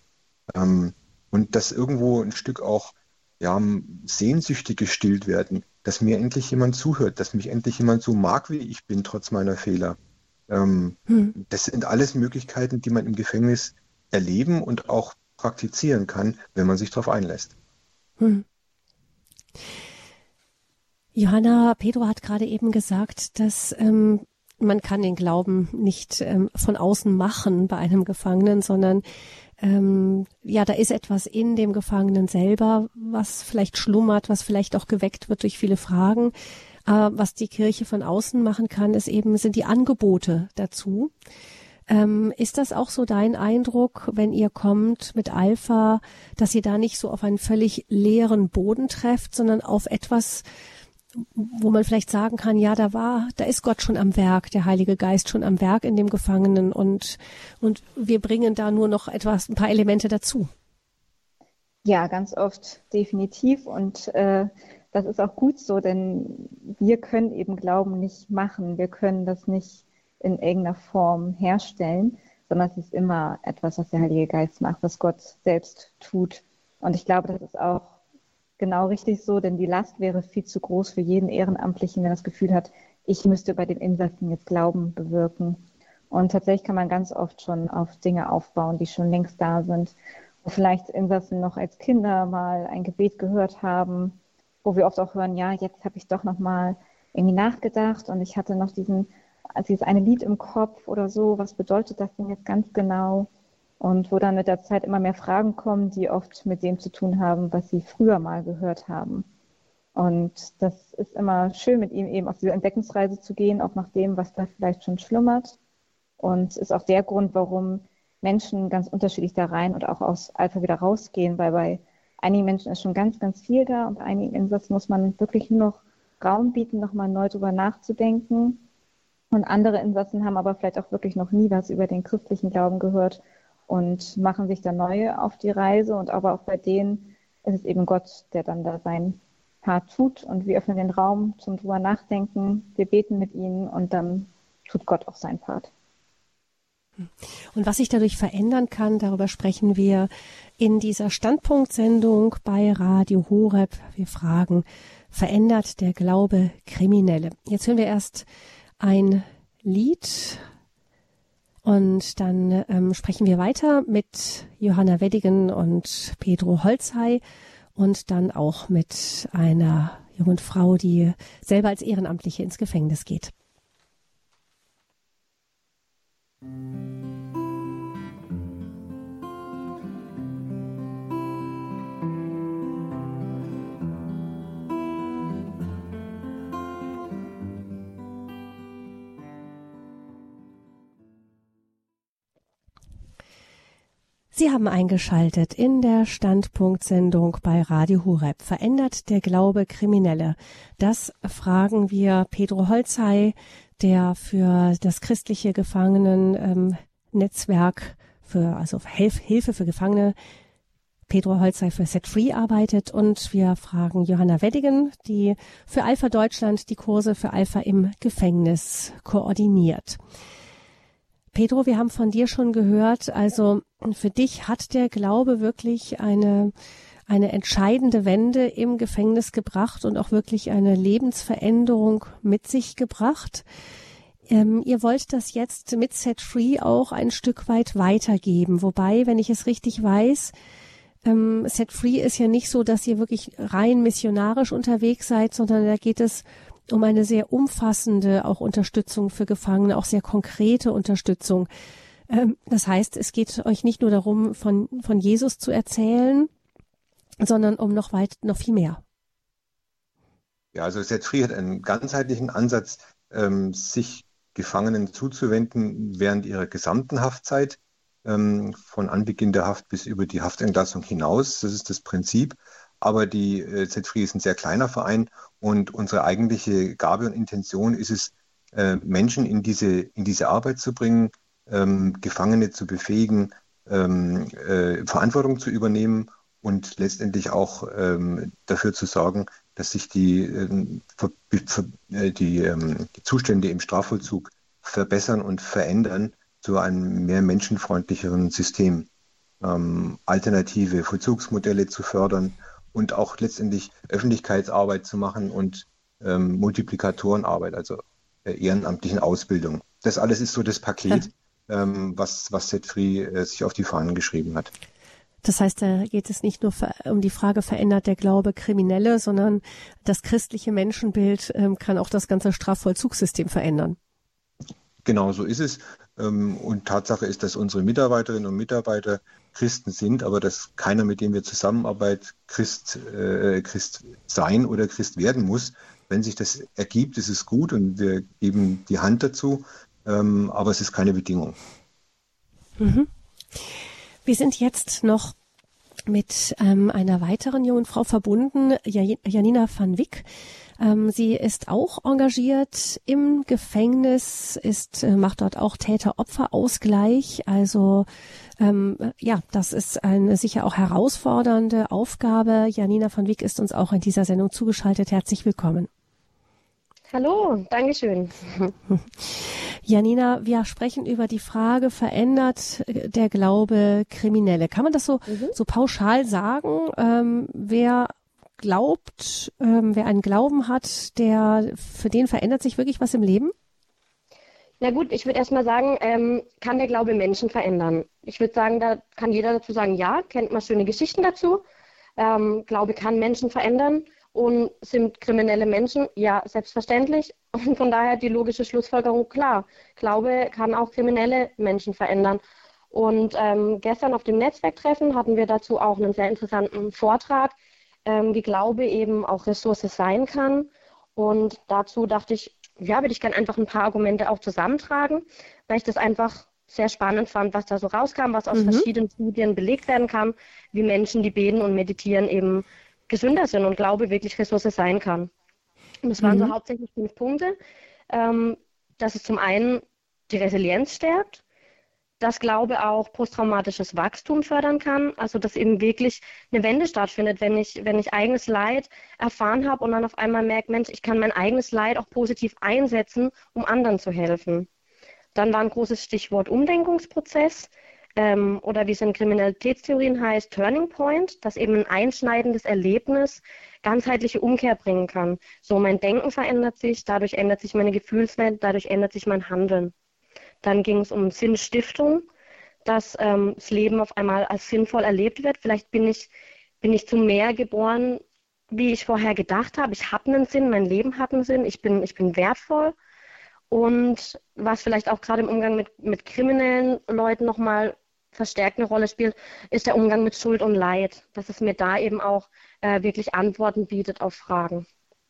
Und dass irgendwo ein Stück auch Sehnsüchte gestillt werden, dass mir endlich jemand zuhört, dass mich endlich jemand so mag, wie ich bin, trotz meiner Fehler. Das sind alles Möglichkeiten, die man im Gefängnis erleben und auch praktizieren kann, wenn man sich darauf einlässt. Johanna, Pedro hat gerade eben gesagt, dass man kann den Glauben nicht von außen machen bei einem Gefangenen, sondern da ist etwas in dem Gefangenen selber, was vielleicht schlummert, was vielleicht auch geweckt wird durch viele Fragen. Was die Kirche von außen machen kann, sind die Angebote dazu. Ist das auch so dein Eindruck, wenn ihr kommt mit Alpha, dass ihr da nicht so auf einen völlig leeren Boden trefft, sondern auf etwas, wo man vielleicht sagen kann, ja, da ist Gott schon am Werk, der Heilige Geist schon am Werk in dem Gefangenen und wir bringen da nur noch ein paar Elemente dazu? Ja, ganz oft definitiv und das ist auch gut so, denn wir können eben Glauben nicht machen, wir können das nicht in irgendeiner Form herstellen, sondern es ist immer etwas, was der Heilige Geist macht, was Gott selbst tut. Und ich glaube, das ist auch genau richtig so, denn die Last wäre viel zu groß für jeden Ehrenamtlichen, wenn er das Gefühl hat, ich müsste bei den Insassen jetzt Glauben bewirken. Und tatsächlich kann man ganz oft schon auf Dinge aufbauen, die schon längst da sind, wo vielleicht Insassen noch als Kinder mal ein Gebet gehört haben, wo wir oft auch hören, ja, jetzt habe ich doch noch mal irgendwie nachgedacht und ich hatte noch dieses eine Lied im Kopf oder so, was bedeutet das denn jetzt ganz genau? Und wo dann mit der Zeit immer mehr Fragen kommen, die oft mit dem zu tun haben, was sie früher mal gehört haben. Und das ist immer schön, mit ihm eben auf diese Entdeckungsreise zu gehen, auch nach dem, was da vielleicht schon schlummert. Und ist auch der Grund, warum Menschen ganz unterschiedlich da rein und auch aus Alpha wieder rausgehen, weil bei einigen Menschen ist schon ganz, ganz viel da und bei einigen Insassen muss man wirklich nur noch Raum bieten, nochmal neu drüber nachzudenken. Und andere Insassen haben aber vielleicht auch wirklich noch nie was über den christlichen Glauben gehört und machen sich dann neu auf die Reise. Und aber auch bei denen ist es eben Gott, der dann da sein Part tut. Und wir öffnen den Raum zum drüber nachdenken. Wir beten mit ihnen und dann tut Gott auch seinen Part. Und was sich dadurch verändern kann, darüber sprechen wir in dieser Standpunktsendung bei Radio Horeb. Wir fragen, verändert der Glaube Kriminelle? Jetzt hören wir erst ein Lied und dann sprechen wir weiter mit Johanna Weddigen und Pedro Holzhey und dann auch mit einer jungen Frau, die selber als Ehrenamtliche ins Gefängnis geht. Sie haben eingeschaltet in der Standpunktsendung bei Radio Horeb. Verändert der Glaube Kriminelle? Das fragen wir Pedro Holzhey, der für das christliche Gefangenennetzwerk also Hilfe für Gefangene, Pedro Holzhey für Set Free arbeitet, und wir fragen Johanna Weddigen, die für Alpha Deutschland die Kurse für Alpha im Gefängnis koordiniert. Pedro, wir haben von dir schon gehört, also für dich hat der Glaube wirklich eine entscheidende Wende im Gefängnis gebracht und auch wirklich eine Lebensveränderung mit sich gebracht. Ihr wollt das jetzt mit Set Free auch ein Stück weit weitergeben. Wobei, wenn ich es richtig weiß, Set Free ist ja nicht so, dass ihr wirklich rein missionarisch unterwegs seid, sondern da geht es um eine sehr umfassende auch Unterstützung für Gefangene, auch sehr konkrete Unterstützung. Das heißt, es geht euch nicht nur darum, von Jesus zu erzählen, sondern um noch viel mehr. Ja, also Set Free hat einen ganzheitlichen Ansatz, sich Gefangenen zuzuwenden während ihrer gesamten Haftzeit, von Anbeginn der Haft bis über die Haftentlassung hinaus. Das ist das Prinzip. Aber die Set Free ist ein sehr kleiner Verein und unsere eigentliche Gabe und Intention ist es, Menschen in diese Arbeit zu bringen, Gefangene zu befähigen, Verantwortung zu übernehmen und letztendlich auch dafür zu sorgen, dass sich die Zustände im Strafvollzug verbessern und verändern zu einem mehr menschenfreundlicheren System, alternative Vollzugsmodelle zu fördern und auch letztendlich Öffentlichkeitsarbeit zu machen und Multiplikatorenarbeit, also ehrenamtlichen Ausbildung. Das alles ist so das Paket, was Set Free sich auf die Fahnen geschrieben hat. Das heißt, da geht es nicht nur um die Frage, verändert der Glaube Kriminelle, sondern das christliche Menschenbild kann auch das ganze Strafvollzugssystem verändern. Genau, so ist es. Und Tatsache ist, dass unsere Mitarbeiterinnen und Mitarbeiter Christen sind, aber dass keiner, mit dem wir zusammenarbeiten, Christ sein oder Christ werden muss. Wenn sich das ergibt, ist es gut und wir geben die Hand dazu, aber es ist keine Bedingung. Mhm. Wir sind jetzt noch mit einer weiteren jungen Frau verbunden, Janina van Wyk. Sie ist auch engagiert im Gefängnis, macht dort auch Täter-Opfer-Ausgleich. Also das ist eine sicher auch herausfordernde Aufgabe. Janina van Wyk ist uns auch in dieser Sendung zugeschaltet. Herzlich willkommen. Hallo, Dankeschön. Janina, wir sprechen über die Frage, verändert der Glaube Kriminelle? Kann man das so pauschal sagen? Wer glaubt, wer einen Glauben hat, für den verändert sich wirklich was im Leben? Na gut, ich würde erstmal sagen, kann der Glaube Menschen verändern? Ich würde sagen, da kann jeder dazu sagen, ja, kennt man schöne Geschichten dazu. Glaube kann Menschen verändern. Und sind kriminelle Menschen? Ja, selbstverständlich. Und von daher die logische Schlussfolgerung, klar. Glaube kann auch kriminelle Menschen verändern. Und gestern auf dem Netzwerktreffen hatten wir dazu auch einen sehr interessanten Vortrag, wie Glaube eben auch Ressource sein kann. Und dazu dachte ich, ja, würde ich gerne einfach ein paar Argumente auch zusammentragen, weil ich das einfach sehr spannend fand, was da so rauskam, was aus verschiedenen Studien belegt werden kann, wie Menschen, die beten und meditieren, eben gesünder sind und Glaube wirklich Ressource sein kann. Und das waren so hauptsächlich 5 Punkte. Dass es zum einen die Resilienz stärkt, dass Glaube auch posttraumatisches Wachstum fördern kann, also dass eben wirklich eine Wende stattfindet, wenn ich eigenes Leid erfahren habe und dann auf einmal merke, Mensch, ich kann mein eigenes Leid auch positiv einsetzen, um anderen zu helfen. Dann war ein großes Stichwort Umdenkungsprozess oder wie es in Kriminalitätstheorien heißt, Turning Point, dass eben ein einschneidendes Erlebnis ganzheitliche Umkehr bringen kann. So, mein Denken verändert sich, dadurch ändert sich meine Gefühlswelt, dadurch ändert sich mein Handeln. Dann ging es um Sinnstiftung, dass das Leben auf einmal als sinnvoll erlebt wird. Vielleicht bin ich zu mehr geboren, wie ich vorher gedacht habe. Ich habe einen Sinn, mein Leben hat einen Sinn, ich bin wertvoll. Und was vielleicht auch gerade im Umgang mit kriminellen Leuten nochmal verstärkt eine Rolle spielt, ist der Umgang mit Schuld und Leid, dass es mir da eben auch wirklich Antworten bietet auf Fragen.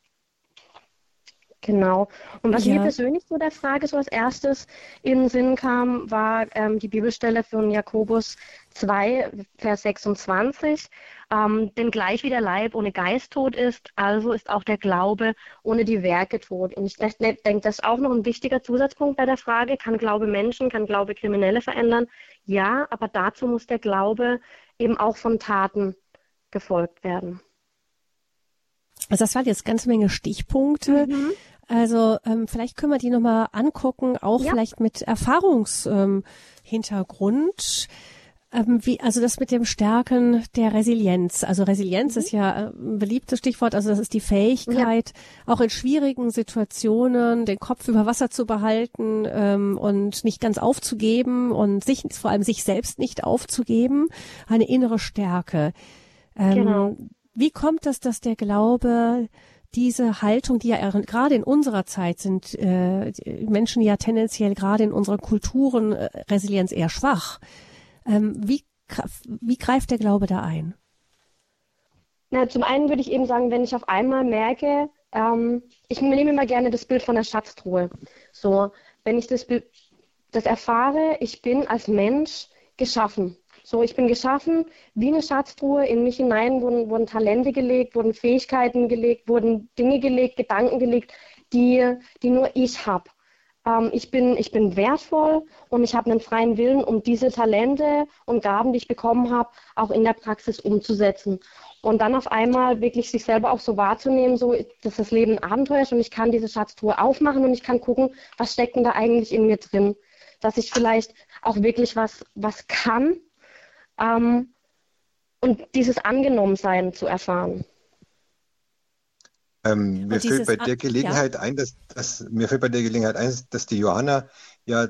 Genau. Und was mir persönlich so der Frage so als erstes in den Sinn kam, war die Bibelstelle von Jakobus 2, Vers 26. Denn gleich wie der Leib ohne Geist tot ist, also ist auch der Glaube ohne die Werke tot. Und ich denke, das ist auch noch ein wichtiger Zusatzpunkt bei der Frage, kann Glaube Menschen, kann Glaube Kriminelle verändern? Ja, aber dazu muss der Glaube eben auch von Taten gefolgt werden. Also das waren jetzt ganz Menge Stichpunkte. Also vielleicht können wir die nochmal angucken, auch vielleicht mit Erfahrungshintergrund. Also das mit dem Stärken der Resilienz. Also Resilienz ist ja ein beliebtes Stichwort. Also das ist die Fähigkeit, auch in schwierigen Situationen den Kopf über Wasser zu behalten und nicht ganz aufzugeben und vor allem sich selbst nicht aufzugeben. Eine innere Stärke. Genau. Wie kommt es, dass der Glaube diese Haltung, die ja gerade in unserer Zeit sind, Menschen ja tendenziell gerade in unseren Kulturen Resilienz eher schwach. Wie greift der Glaube da ein? Na, zum einen würde ich eben sagen, wenn ich auf einmal merke, ich nehme immer gerne das Bild von der Schatztruhe. So, wenn ich das erfahre, ich bin als Mensch geschaffen. So, ich bin geschaffen wie eine Schatztruhe. In mich hinein wurden Talente gelegt, wurden Fähigkeiten gelegt, wurden Dinge gelegt, Gedanken gelegt, die nur ich habe. Ich bin wertvoll und ich habe einen freien Willen, um diese Talente und Gaben, die ich bekommen habe, auch in der Praxis umzusetzen. Und dann auf einmal wirklich sich selber auch so wahrzunehmen, so, dass das Leben ein Abenteuer ist und ich kann diese Schatztruhe aufmachen und ich kann gucken, was steckt denn da eigentlich in mir drin. Dass ich vielleicht auch wirklich was kann. Und dieses Angenommensein zu erfahren. Mir fällt bei der Gelegenheit ein, dass die Johanna ja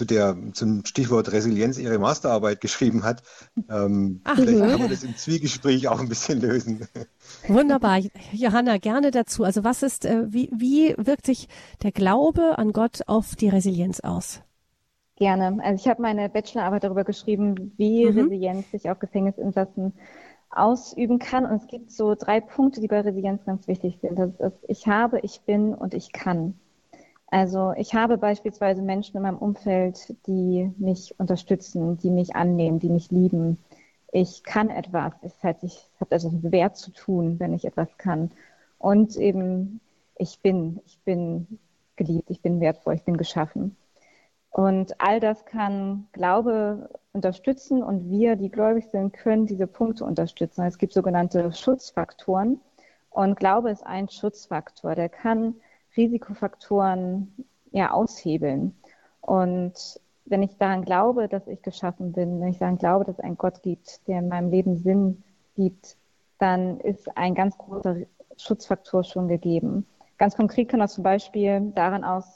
zum Stichwort Resilienz ihre Masterarbeit geschrieben hat. Vielleicht kann man das im Zwiegespräch auch ein bisschen lösen. Wunderbar. Johanna, gerne dazu. Also wie wirkt sich der Glaube an Gott auf die Resilienz aus? Gerne. Also ich habe meine Bachelorarbeit darüber geschrieben, wie Resilienz sich auf Gefängnisinsassen ausüben kann. Und es gibt so 3 Punkte, die bei Resilienz ganz wichtig sind. Das ist ich habe, ich bin und ich kann. Also ich habe beispielsweise Menschen in meinem Umfeld, die mich unterstützen, die mich annehmen, die mich lieben. Ich kann etwas. Ich habe also einen Wert zu tun, wenn ich etwas kann. Und eben ich bin geliebt, ich bin wertvoll, ich bin geschaffen. Und all das kann Glaube unterstützen und wir, die gläubig sind, können diese Punkte unterstützen. Es gibt sogenannte Schutzfaktoren und Glaube ist ein Schutzfaktor, der kann Risikofaktoren aushebeln. Und wenn ich daran glaube, dass ich geschaffen bin, wenn ich daran glaube, dass es einen Gott gibt, der in meinem Leben Sinn gibt, dann ist ein ganz großer Schutzfaktor schon gegeben. Ganz konkret kann das zum Beispiel daran aussehen,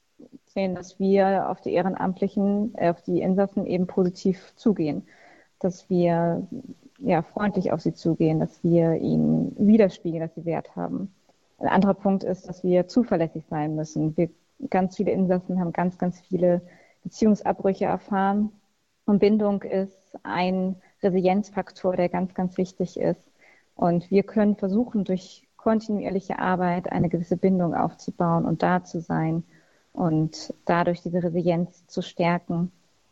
dass wir auf die Ehrenamtlichen, auf die Insassen eben positiv zugehen, dass wir freundlich auf sie zugehen, dass wir ihnen widerspiegeln, dass sie Wert haben. Ein anderer Punkt ist, dass wir zuverlässig sein müssen. Ganz viele Insassen haben ganz, ganz viele Beziehungsabbrüche erfahren und Bindung ist ein Resilienzfaktor, der ganz, ganz wichtig ist. Und wir können versuchen, durch kontinuierliche Arbeit eine gewisse Bindung aufzubauen und da zu sein und dadurch diese Resilienz zu stärken.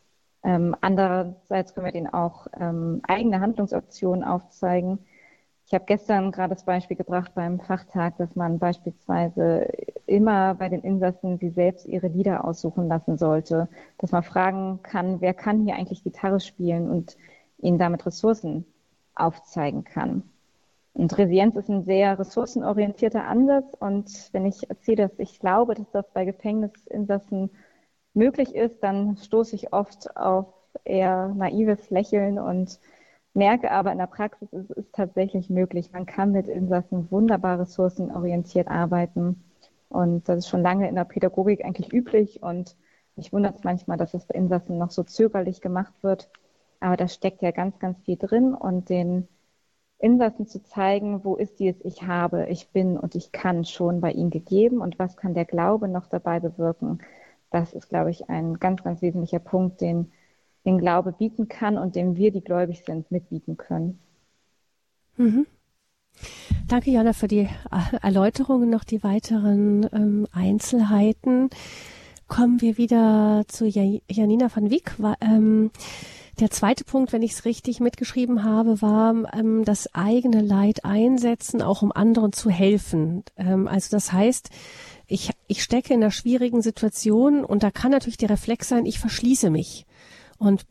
Andererseits können wir denen auch eigene Handlungsoptionen aufzeigen. Ich habe gestern gerade das Beispiel gebracht beim Fachtag, dass man beispielsweise immer bei den Insassen sie selbst ihre Lieder aussuchen lassen sollte, dass man fragen kann, wer kann hier eigentlich Gitarre spielen und ihnen damit Ressourcen aufzeigen kann. Und Resilienz ist ein sehr ressourcenorientierter Ansatz und wenn ich erzähle, dass ich glaube, dass das bei Gefängnisinsassen möglich ist, dann stoße ich oft auf eher naives Lächeln und merke aber in der Praxis, es ist tatsächlich möglich. Man kann mit Insassen wunderbar ressourcenorientiert arbeiten. Und das ist schon lange in der Pädagogik eigentlich üblich. Und mich wundert es manchmal, dass es bei Insassen noch so zögerlich gemacht wird. Aber da steckt ja ganz, ganz viel drin. Und den Insassen zu zeigen, wo ist dieses Ich habe, ich bin und ich kann schon bei ihnen gegeben und was kann der Glaube noch dabei bewirken. Das ist, glaube ich, ein ganz, ganz wesentlicher Punkt, den Glaube bieten kann und dem wir, die gläubig sind, mitbieten können. Mhm. Danke, Jana, für die Erläuterungen, noch die weiteren Einzelheiten. Kommen wir wieder zu Janina van Wyk. Der zweite Punkt, wenn ich es richtig mitgeschrieben habe, war das eigene Leid einsetzen, auch um anderen zu helfen. Also das heißt, ich stecke in einer schwierigen Situation und da kann natürlich der Reflex sein, ich verschließe mich. Und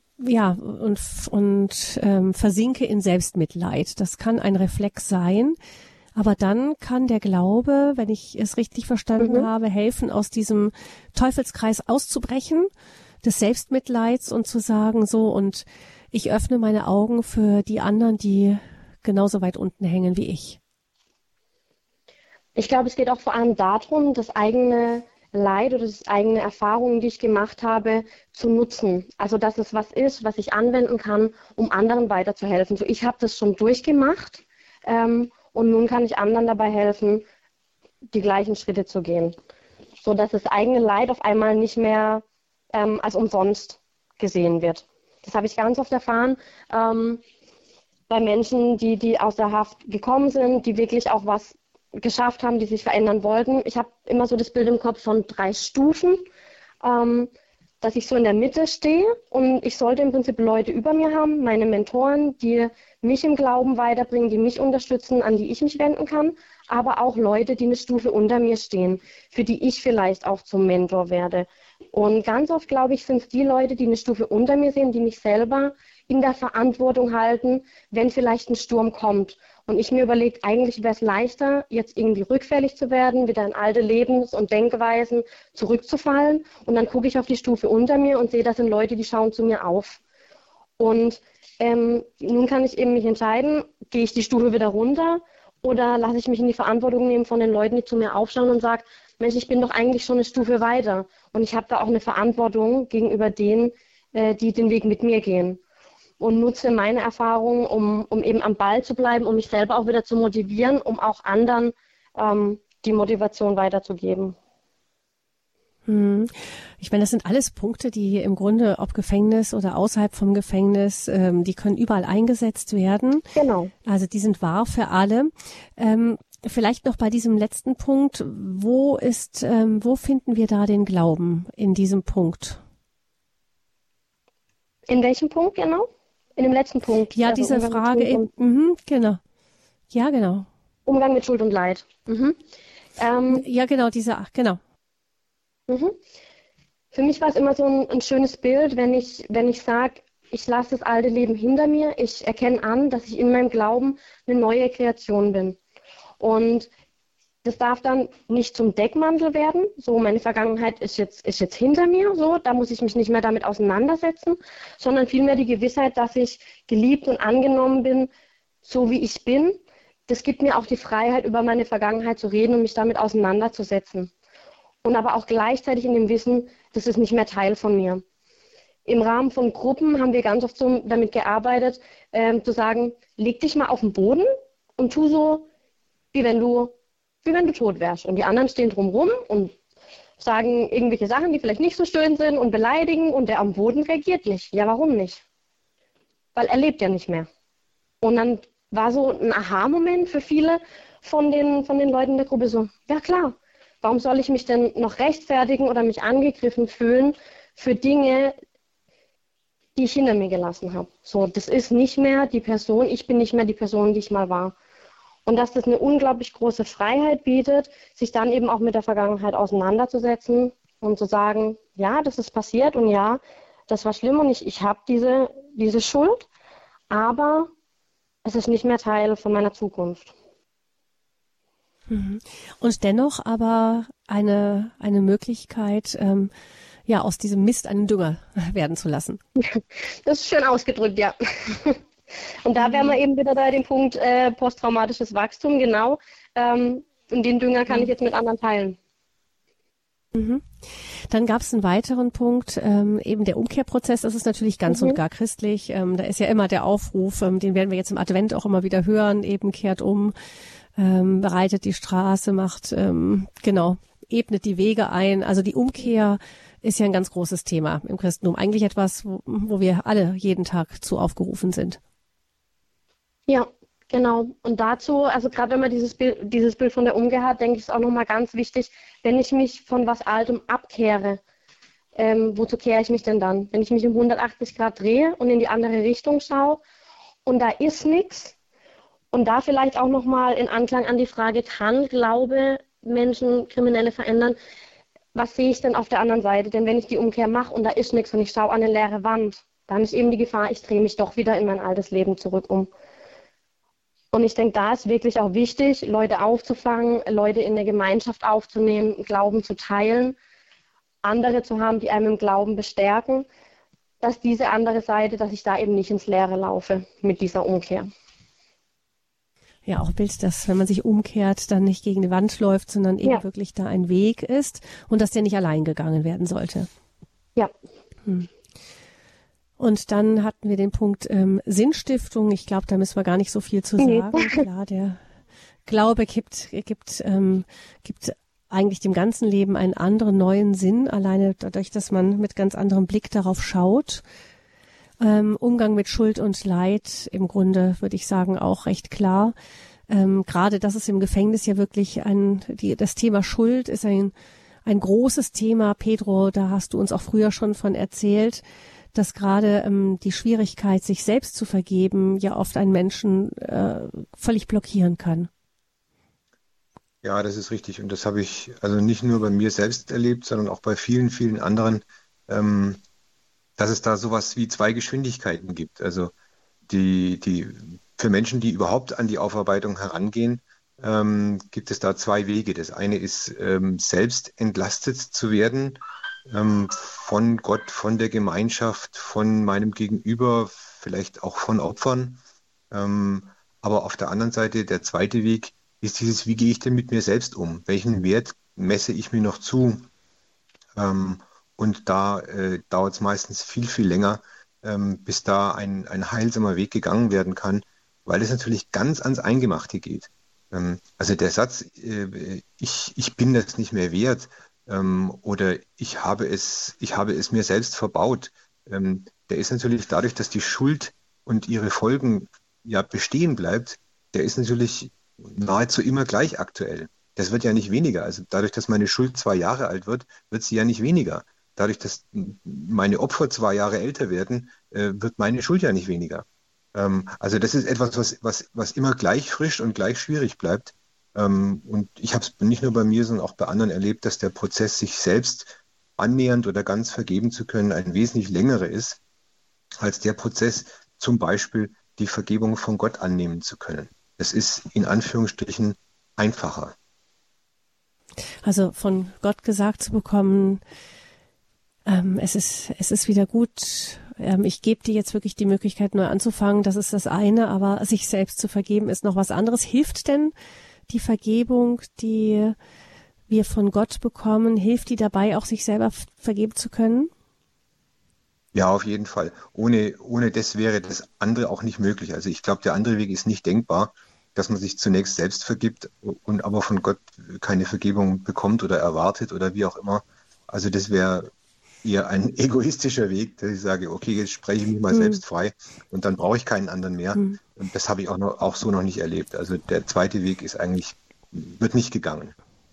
versinke in Selbstmitleid. Das kann ein Reflex sein, aber dann kann der Glaube, wenn ich es richtig verstanden habe, helfen, aus diesem Teufelskreis auszubrechen, des Selbstmitleids und zu sagen, so, und ich öffne meine Augen für die anderen, die genauso weit unten hängen wie ich. Ich glaube, es geht auch vor allem darum, das eigene Leid oder das eigene Erfahrungen, die ich gemacht habe, zu nutzen. Also dass es was ist, was ich anwenden kann, um anderen weiterzuhelfen. So, ich habe das schon durchgemacht und nun kann ich anderen dabei helfen, die gleichen Schritte zu gehen. So dass das eigene Leid auf einmal nicht mehr als umsonst gesehen wird. Das habe ich ganz oft erfahren bei Menschen, die aus der Haft gekommen sind, die wirklich auch was geschafft haben, die sich verändern wollten. Ich habe immer so das Bild im Kopf von 3 Stufen, dass ich so in der Mitte stehe und ich sollte im Prinzip Leute über mir haben, meine Mentoren, die mich im Glauben weiterbringen, die mich unterstützen, an die ich mich wenden kann, aber auch Leute, die eine Stufe unter mir stehen, für die ich vielleicht auch zum Mentor werde. Und ganz oft, glaube ich, sind es die Leute, die eine Stufe unter mir sehen, die mich selber in der Verantwortung halten, wenn vielleicht ein Sturm kommt. Und ich mir überlege, eigentlich wäre es leichter, jetzt irgendwie rückfällig zu werden, wieder in alte Lebens- und Denkweisen zurückzufallen. Und dann gucke ich auf die Stufe unter mir und sehe, das sind Leute, die schauen zu mir auf. Und nun kann ich eben mich entscheiden, gehe ich die Stufe wieder runter oder lasse ich mich in die Verantwortung nehmen von den Leuten, die zu mir aufschauen und sage, Mensch, ich bin doch eigentlich schon eine Stufe weiter. Und ich habe da auch eine Verantwortung gegenüber denen, die den Weg mit mir gehen. Und nutze meine Erfahrungen, um eben am Ball zu bleiben, um mich selber auch wieder zu motivieren, um auch anderen die Motivation weiterzugeben. Ich meine, das sind alles Punkte, die im Grunde, ob Gefängnis oder außerhalb vom Gefängnis, die können überall eingesetzt werden. Genau. Also die sind wahr für alle. Vielleicht noch bei diesem letzten Punkt, wo finden wir da den Glauben in diesem Punkt? In welchem Punkt genau? In dem letzten Punkt. Ja, also diese Frage eben, genau. Ja, genau. Umgang mit Schuld und Leid. Ja, genau, genau. Für mich war es immer so ein schönes Bild, wenn ich sage, ich lasse das alte Leben hinter mir, ich erkenne an, dass ich in meinem Glauben eine neue Kreation bin. Und das darf dann nicht zum Deckmantel werden, so meine Vergangenheit ist jetzt hinter mir, so, da muss ich mich nicht mehr damit auseinandersetzen, sondern vielmehr die Gewissheit, dass ich geliebt und angenommen bin, so wie ich bin. Das gibt mir auch die Freiheit, über meine Vergangenheit zu reden und mich damit auseinanderzusetzen. Und aber auch gleichzeitig in dem Wissen, das ist nicht mehr Teil von mir. Im Rahmen von Gruppen haben wir ganz oft so damit gearbeitet, zu sagen, leg dich mal auf den Boden und tu so, wie wenn du tot wärst. Und die anderen stehen drumherum und sagen irgendwelche Sachen, die vielleicht nicht so schön sind und beleidigen und der am Boden reagiert nicht. Ja, warum nicht? Weil er lebt ja nicht mehr. Und dann war so ein Aha-Moment für viele von den Leuten in der Gruppe so, ja klar, warum soll ich mich denn noch rechtfertigen oder mich angegriffen fühlen für Dinge, die ich hinter mir gelassen habe? So, das ist nicht mehr die Person, ich bin nicht mehr die Person, die ich mal war. Und dass das eine unglaublich große Freiheit bietet, sich dann eben auch mit der Vergangenheit auseinanderzusetzen und zu sagen, ja, das ist passiert und ja, das war schlimm und ich habe diese Schuld, aber es ist nicht mehr Teil von meiner Zukunft. Und dennoch aber eine Möglichkeit, ja, aus diesem Mist einen Dünger werden zu lassen. Das ist schön ausgedrückt, ja. Und da wären wir eben wieder bei dem Punkt posttraumatisches Wachstum, genau. Und den Dünger kann ich jetzt mit anderen teilen. Mhm. Dann gab es einen weiteren Punkt, eben der Umkehrprozess. Das ist natürlich ganz und gar christlich. Da ist ja immer der Aufruf, den werden wir jetzt im Advent auch immer wieder hören, eben kehrt um, bereitet die Straße, macht, ebnet die Wege ein. Also die Umkehr ist ja ein ganz großes Thema im Christentum. Eigentlich etwas, wo wir alle jeden Tag zu aufgerufen sind. Ja, genau. Und dazu, also gerade wenn man dieses Bild von der Umkehr hat, denke ich, ist auch nochmal ganz wichtig, wenn ich mich von was Altem abkehre, wozu kehre ich mich denn dann? Wenn ich mich um 180 Grad drehe und in die andere Richtung schaue und da ist nichts und da vielleicht auch nochmal in Anklang an die Frage, kann Glaube Menschen, Kriminelle verändern? Was sehe ich denn auf der anderen Seite? Denn wenn ich die Umkehr mache und da ist nichts und ich schaue an eine leere Wand, dann ist eben die Gefahr, ich drehe mich doch wieder in mein altes Leben zurück um. Und ich denke, da ist wirklich auch wichtig, Leute aufzufangen, Leute in der Gemeinschaft aufzunehmen, Glauben zu teilen, andere zu haben, die einem im Glauben bestärken, dass diese andere Seite, dass ich da eben nicht ins Leere laufe mit dieser Umkehr. Ja, auch Bild, dass wenn man sich umkehrt, dann nicht gegen die Wand läuft, sondern eben wirklich da ein Weg ist und dass der nicht allein gegangen werden sollte. Ja. Und dann hatten wir den Punkt Sinnstiftung. Ich glaube, da müssen wir gar nicht so viel zu sagen. Klar, der Glaube gibt eigentlich dem ganzen Leben einen anderen neuen Sinn, alleine dadurch, dass man mit ganz anderem Blick darauf schaut. Umgang mit Schuld und Leid, im Grunde würde ich sagen, auch recht klar. Gerade das ist im Gefängnis ja wirklich das Thema Schuld ist ein großes Thema. Pedro, da hast du uns auch früher schon von erzählt, dass gerade die Schwierigkeit, sich selbst zu vergeben, ja oft einen Menschen völlig blockieren kann. Ja, das ist richtig. Und das habe ich also nicht nur bei mir selbst erlebt, sondern auch bei vielen, vielen anderen, dass es da sowas wie zwei Geschwindigkeiten gibt. Also die für Menschen, die überhaupt an die Aufarbeitung herangehen, gibt es da zwei Wege. Das eine ist, selbst entlastet zu werden von Gott, von der Gemeinschaft, von meinem Gegenüber, vielleicht auch von Opfern. Aber auf der anderen Seite, der zweite Weg ist dieses, wie gehe ich denn mit mir selbst um? Welchen Wert messe ich mir noch zu? Und da dauert es meistens viel, viel länger, bis da ein heilsamer Weg gegangen werden kann, weil es natürlich ganz ans Eingemachte geht. Also der Satz, ich bin das nicht mehr wert, oder ich habe es mir selbst verbaut, der ist natürlich dadurch, dass die Schuld und ihre Folgen ja bestehen bleibt, der ist natürlich nahezu immer gleich aktuell. Das wird ja nicht weniger. Also dadurch, dass meine Schuld 2 Jahre alt wird, wird sie ja nicht weniger. Dadurch, dass meine Opfer 2 Jahre älter werden, wird meine Schuld ja nicht weniger. Also das ist etwas, was immer gleich frisch und gleich schwierig bleibt. Und ich habe es nicht nur bei mir, sondern auch bei anderen erlebt, dass der Prozess, sich selbst annähernd oder ganz vergeben zu können, ein wesentlich längerer ist, als der Prozess, zum Beispiel die Vergebung von Gott annehmen zu können. Es ist in Anführungsstrichen einfacher. Also von Gott gesagt zu bekommen, es ist wieder gut, ich gebe dir jetzt wirklich die Möglichkeit, neu anzufangen, das ist das eine, aber sich selbst zu vergeben ist noch was anderes. Hilft denn die Vergebung, die wir von Gott bekommen, hilft die dabei, auch sich selber vergeben zu können? Ja, auf jeden Fall. Ohne das wäre das andere auch nicht möglich. Also ich glaube, der andere Weg ist nicht denkbar, dass man sich zunächst selbst vergibt und aber von Gott keine Vergebung bekommt oder erwartet oder wie auch immer. Also das wäre eher ein egoistischer Weg, dass ich sage, okay, jetzt spreche ich mich mal selbst frei und dann brauche ich keinen anderen mehr. Und das habe ich auch so noch nicht erlebt. Also der zweite Weg wird nicht gegangen.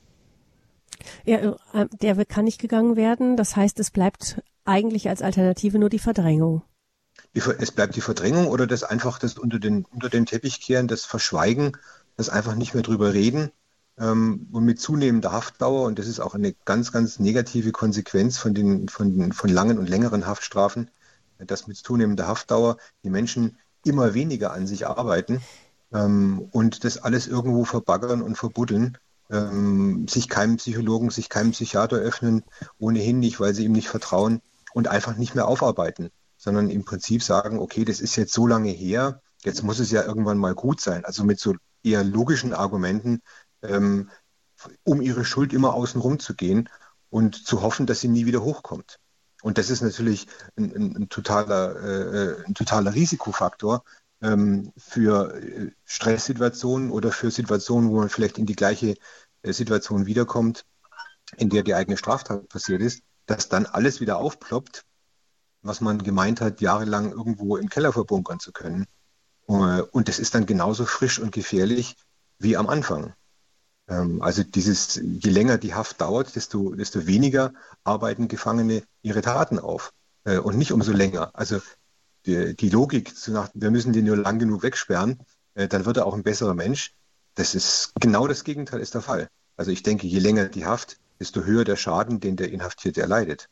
Ja, der kann nicht gegangen werden. Das heißt, es bleibt eigentlich als Alternative nur die Verdrängung. Es bleibt die Verdrängung oder das einfach das unter den Teppich kehren, das Verschweigen, das einfach nicht mehr drüber reden. Und mit zunehmender Haftdauer, und das ist auch eine ganz, ganz negative Konsequenz von langen und längeren Haftstrafen, dass mit zunehmender Haftdauer die Menschen immer weniger an sich arbeiten und das alles irgendwo verbaggern und verbuddeln. sich keinem Psychologen, sich keinem Psychiater öffnen, ohnehin nicht, weil sie ihm nicht vertrauen und einfach nicht mehr aufarbeiten, sondern im Prinzip sagen, okay, das ist jetzt so lange her, jetzt muss es ja irgendwann mal gut sein. Also mit so eher logischen Argumenten, ähm, um ihre Schuld immer außen rum zu gehen und zu hoffen, dass sie nie wieder hochkommt. Und das ist natürlich ein totaler Risikofaktor für Stresssituationen oder für Situationen, wo man vielleicht in die gleiche Situation wiederkommt, in der die eigene Straftat passiert ist, dass dann alles wieder aufploppt, was man gemeint hat, jahrelang irgendwo im Keller verbunkern zu können. Und das ist dann genauso frisch und gefährlich wie am Anfang. Also je länger die Haft dauert, desto weniger arbeiten Gefangene ihre Taten auf. Und nicht umso länger. Also die Logik, wir müssen den nur lang genug wegsperren, dann wird er auch ein besserer Mensch. Das ist genau das Gegenteil ist der Fall. Also ich denke, je länger die Haft, desto höher der Schaden, den der Inhaftierte erleidet.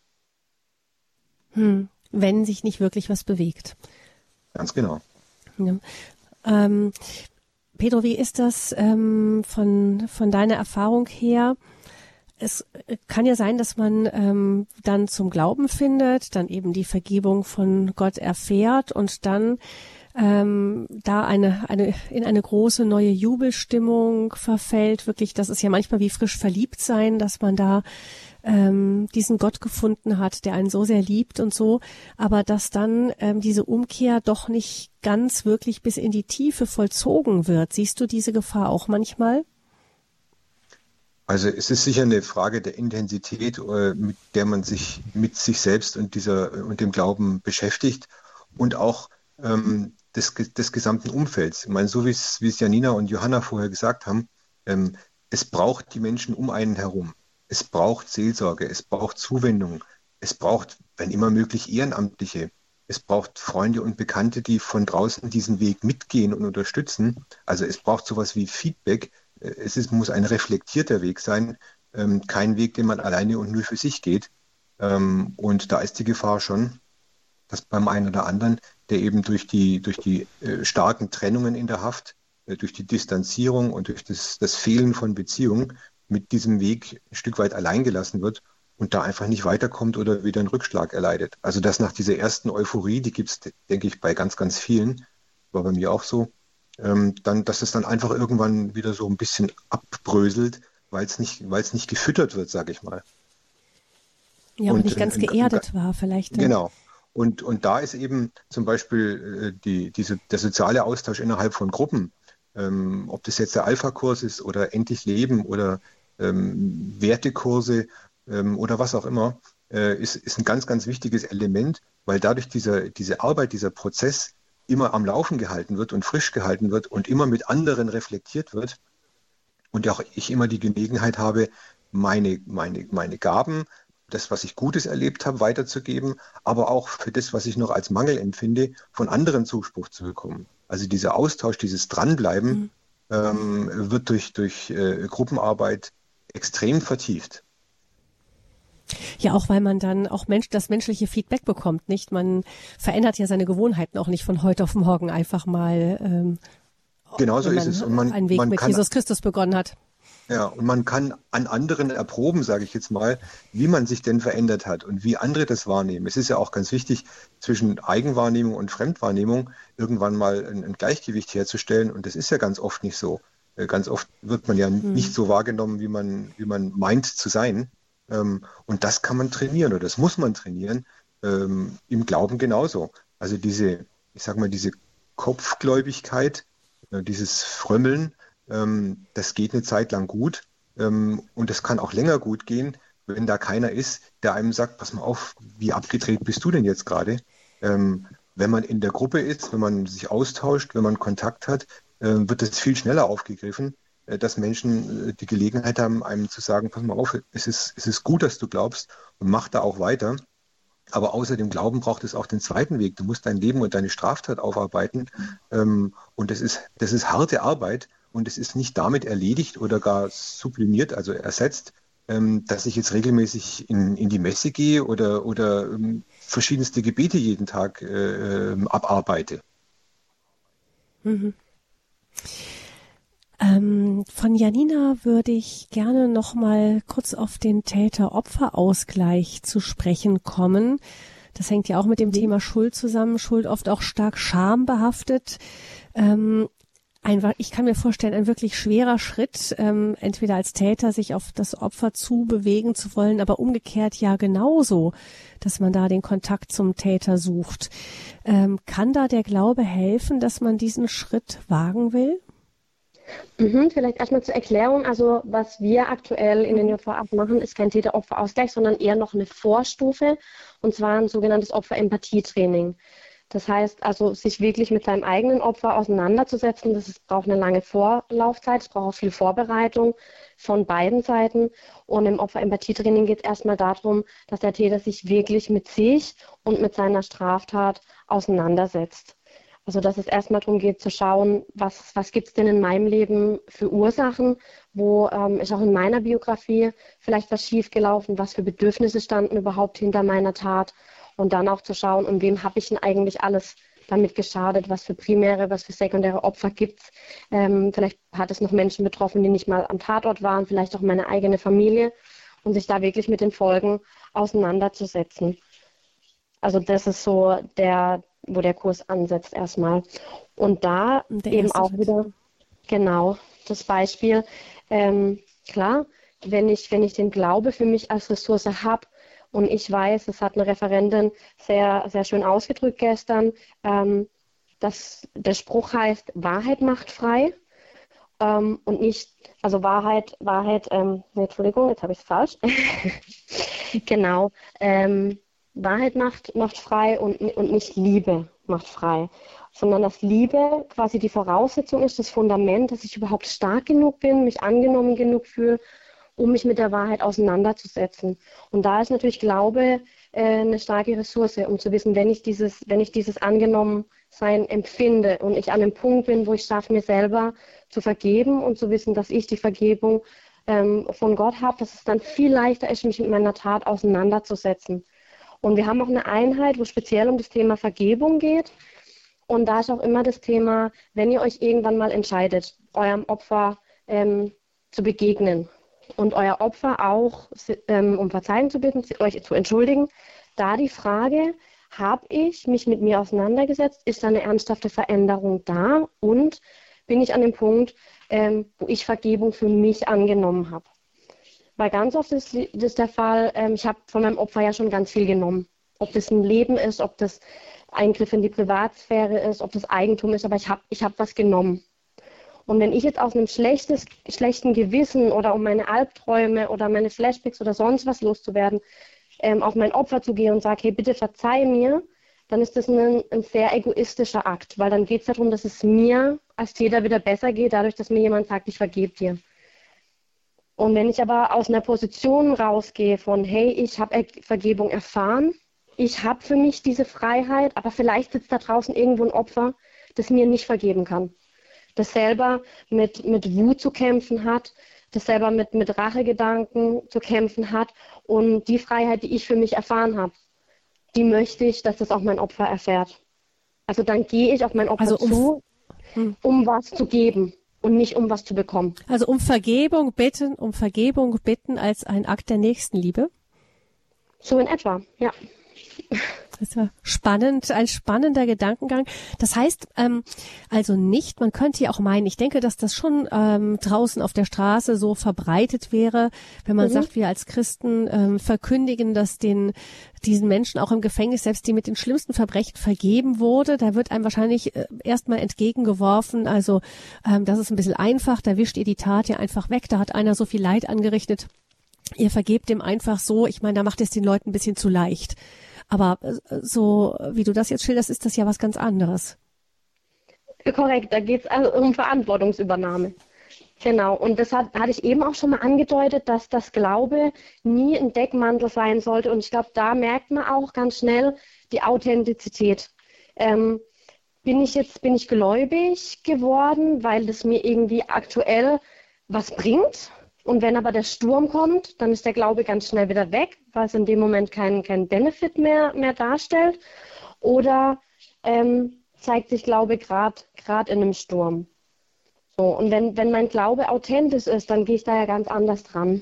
Wenn sich nicht wirklich was bewegt. Ganz genau. Ja. Pedro, wie ist das von deiner Erfahrung her? Es kann ja sein, dass man dann zum Glauben findet, dann eben die Vergebung von Gott erfährt und dann da in eine große neue Jubelstimmung verfällt. Wirklich, das ist ja manchmal wie frisch verliebt sein, dass man da diesen Gott gefunden hat, der einen so sehr liebt und so, aber dass dann diese Umkehr doch nicht ganz wirklich bis in die Tiefe vollzogen wird. Siehst du diese Gefahr auch manchmal? Also es ist sicher eine Frage der Intensität, mit der man sich mit sich selbst und dem Glauben beschäftigt und auch des gesamten Umfelds. Ich meine, so wie es Janina und Johanna vorher gesagt haben, es braucht die Menschen um einen herum. Es braucht Seelsorge, es braucht Zuwendung, es braucht, wenn immer möglich, Ehrenamtliche. Es braucht Freunde und Bekannte, die von draußen diesen Weg mitgehen und unterstützen. Also es braucht sowas wie Feedback. Muss ein reflektierter Weg sein, kein Weg, den man alleine und nur für sich geht. Und da ist die Gefahr schon, dass beim einen oder anderen, der eben durch die starken Trennungen in der Haft, durch die Distanzierung und durch das Fehlen von Beziehung mit diesem Weg ein Stück weit allein gelassen wird und da einfach nicht weiterkommt oder wieder einen Rückschlag erleidet. Also das nach dieser ersten Euphorie, die gibt es, denke ich, bei ganz, ganz vielen, war bei mir auch so, dass es dann einfach irgendwann wieder so ein bisschen abbröselt, weil es nicht gefüttert wird, sage ich mal. Ja, und nicht ganz geerdet war vielleicht. Genau. Und da ist eben zum Beispiel der soziale Austausch innerhalb von Gruppen, ob das jetzt der Alpha-Kurs ist oder Endlich Leben oder Wertekurse oder was auch immer, ist ein ganz, ganz wichtiges Element, weil dadurch diese Arbeit, dieser Prozess immer am Laufen gehalten wird und frisch gehalten wird und immer mit anderen reflektiert wird und auch ich immer die Gelegenheit habe, meine Gaben, das, was ich Gutes erlebt habe, weiterzugeben, aber auch für das, was ich noch als Mangel empfinde, von anderen Zuspruch zu bekommen. Also dieser Austausch, dieses Dranbleiben wird durch Gruppenarbeit extrem vertieft. Ja, auch weil man dann auch das menschliche Feedback bekommt, nicht? Man verändert ja seine Gewohnheiten auch nicht von heute auf morgen einfach mal, genauso ist es. Und einen Weg mit Jesus Christus begonnen hat. Ja, und man kann an anderen erproben, sage ich jetzt mal, wie man sich denn verändert hat und wie andere das wahrnehmen. Es ist ja auch ganz wichtig, zwischen Eigenwahrnehmung und Fremdwahrnehmung irgendwann mal ein Gleichgewicht herzustellen. Und das ist ja ganz oft nicht so. Ganz oft wird man ja nicht so wahrgenommen, wie man meint zu sein. Und das kann man trainieren oder das muss man trainieren, im Glauben genauso. Also diese Kopfgläubigkeit, dieses Frömmeln, das geht eine Zeit lang gut und es kann auch länger gut gehen, wenn da keiner ist, der einem sagt, pass mal auf, wie abgedreht bist du denn jetzt gerade? Wenn man in der Gruppe ist, wenn man sich austauscht, wenn man Kontakt hat, wird das viel schneller aufgegriffen, dass Menschen die Gelegenheit haben, einem zu sagen, pass mal auf, es ist gut, dass du glaubst und mach da auch weiter. Aber außer dem Glauben braucht es auch den zweiten Weg. Du musst dein Leben und deine Straftat aufarbeiten. Und das ist harte Arbeit und es ist nicht damit erledigt oder gar sublimiert, also ersetzt, dass ich jetzt regelmäßig in die Messe gehe oder verschiedenste Gebete jeden Tag abarbeite. Mhm. Von Janina würde ich gerne noch mal kurz auf den Täter-Opfer-Ausgleich zu sprechen kommen. Das hängt ja auch mit dem Thema Schuld zusammen. Schuld oft auch stark schambehaftet. Ich kann mir vorstellen, ein wirklich schwerer Schritt, entweder als Täter sich auf das Opfer zu bewegen zu wollen, aber umgekehrt ja genauso, dass man da den Kontakt zum Täter sucht. Kann da der Glaube helfen, dass man diesen Schritt wagen will? Vielleicht erstmal zur Erklärung. Also was wir aktuell in den JVA machen, ist kein Täter-Opfer-Ausgleich, sondern eher noch eine Vorstufe, und zwar ein sogenanntes Opfer-Empathie-Training. Das heißt also, sich wirklich mit seinem eigenen Opfer auseinanderzusetzen, braucht eine lange Vorlaufzeit, es braucht auch viel Vorbereitung von beiden Seiten. Und im Opfer-Empathie-Training geht es erstmal darum, dass der Täter sich wirklich mit sich und mit seiner Straftat auseinandersetzt. Also dass es erstmal darum geht zu schauen, was gibt es denn in meinem Leben für Ursachen, wo ist auch in meiner Biografie vielleicht was schiefgelaufen, was für Bedürfnisse standen überhaupt hinter meiner Tat. Und dann auch zu schauen, und wem habe ich denn eigentlich alles damit geschadet, was für primäre, was für sekundäre Opfer gibt es. Vielleicht hat es noch Menschen betroffen, die nicht mal am Tatort waren, vielleicht auch meine eigene Familie, und sich da wirklich mit den Folgen auseinanderzusetzen. Also das ist so wo der Kurs ansetzt erstmal. Und da eben auch wieder, genau, das Beispiel, klar, wenn ich den Glaube für mich als Ressource habe, und ich weiß, das hat eine Referentin sehr, sehr schön ausgedrückt gestern, dass der Spruch heißt, Wahrheit macht frei, und nicht, also Wahrheit, Entschuldigung, jetzt habe ich es falsch. Genau, Wahrheit macht frei und nicht Liebe macht frei, sondern dass Liebe quasi die Voraussetzung ist, das Fundament, dass ich überhaupt stark genug bin, mich angenommen genug fühle, um mich mit der Wahrheit auseinanderzusetzen. Und da ist natürlich Glaube eine starke Ressource, um zu wissen, wenn ich dieses Angenommensein empfinde und ich an dem Punkt bin, wo ich schaffe, mir selber zu vergeben und zu wissen, dass ich die Vergebung von Gott habe, dass es dann viel leichter ist, mich mit meiner Tat auseinanderzusetzen. Und wir haben auch eine Einheit, wo speziell um das Thema Vergebung geht. Und da ist auch immer das Thema, wenn ihr euch irgendwann mal entscheidet, eurem Opfer zu begegnen, und euer Opfer auch um Verzeihung zu bitten, euch zu entschuldigen, da die Frage, habe ich mich mit mir auseinandergesetzt, ist da eine ernsthafte Veränderung da, und bin ich an dem Punkt, wo ich Vergebung für mich angenommen habe. Weil ganz oft ist das der Fall, ich habe von meinem Opfer ja schon ganz viel genommen. Ob das ein Leben ist, ob das Eingriff in die Privatsphäre ist, ob das Eigentum ist, aber ich hab was genommen. Und wenn ich jetzt aus einem schlechten Gewissen oder um meine Albträume oder meine Flashbacks oder sonst was loszuwerden, auf mein Opfer zugehe und sage, hey, bitte verzeih mir, dann ist das ein sehr egoistischer Akt, weil dann geht es darum, dass es mir als Täter wieder besser geht, dadurch, dass mir jemand sagt, ich vergebe dir. Und wenn ich aber aus einer Position rausgehe von, hey, ich habe Vergebung erfahren, ich habe für mich diese Freiheit, aber vielleicht sitzt da draußen irgendwo ein Opfer, das mir nicht vergeben kann, das selber mit Wut zu kämpfen hat, das selber mit Rachegedanken zu kämpfen hat, und die Freiheit, die ich für mich erfahren habe, die möchte ich, dass das auch mein Opfer erfährt. Also dann gehe ich auf mein Opfer zu, um was zu geben und nicht um was zu bekommen. Also um Vergebung bitten als ein Akt der Nächstenliebe? So in etwa, ja. Das war spannend, ein spannender Gedankengang. Das heißt also nicht, man könnte ja auch meinen, ich denke, dass das schon draußen auf der Straße so verbreitet wäre, wenn man sagt, wir als Christen verkündigen, dass diesen Menschen auch im Gefängnis, selbst die mit den schlimmsten Verbrechen vergeben wurde, da wird einem wahrscheinlich erstmal entgegengeworfen, also das ist ein bisschen einfach, da wischt ihr die Tat ja einfach weg, da hat einer so viel Leid angerichtet, ihr vergebt dem einfach so, ich meine, da macht es den Leuten ein bisschen zu leicht. Aber so, wie du das jetzt schilderst, ist das ja was ganz anderes. Korrekt, da geht es also um Verantwortungsübernahme. Genau, und das hatte ich eben auch schon mal angedeutet, dass das Glaube nie ein Deckmantel sein sollte. Und ich glaube, da merkt man auch ganz schnell die Authentizität. Bin ich gläubig geworden, weil das mir irgendwie aktuell was bringt? Und wenn aber der Sturm kommt, dann ist der Glaube ganz schnell wieder weg, weil es in dem Moment kein Benefit mehr darstellt. Oder zeigt sich Glaube gerade in einem Sturm. So, und wenn mein Glaube authentisch ist, dann gehe ich da ja ganz anders dran.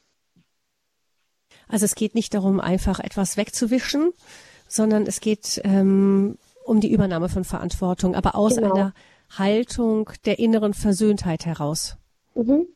Also es geht nicht darum, einfach etwas wegzuwischen, sondern es geht um die Übernahme von Verantwortung, aber aus einer Haltung der inneren Versöhntheit heraus. Mhm.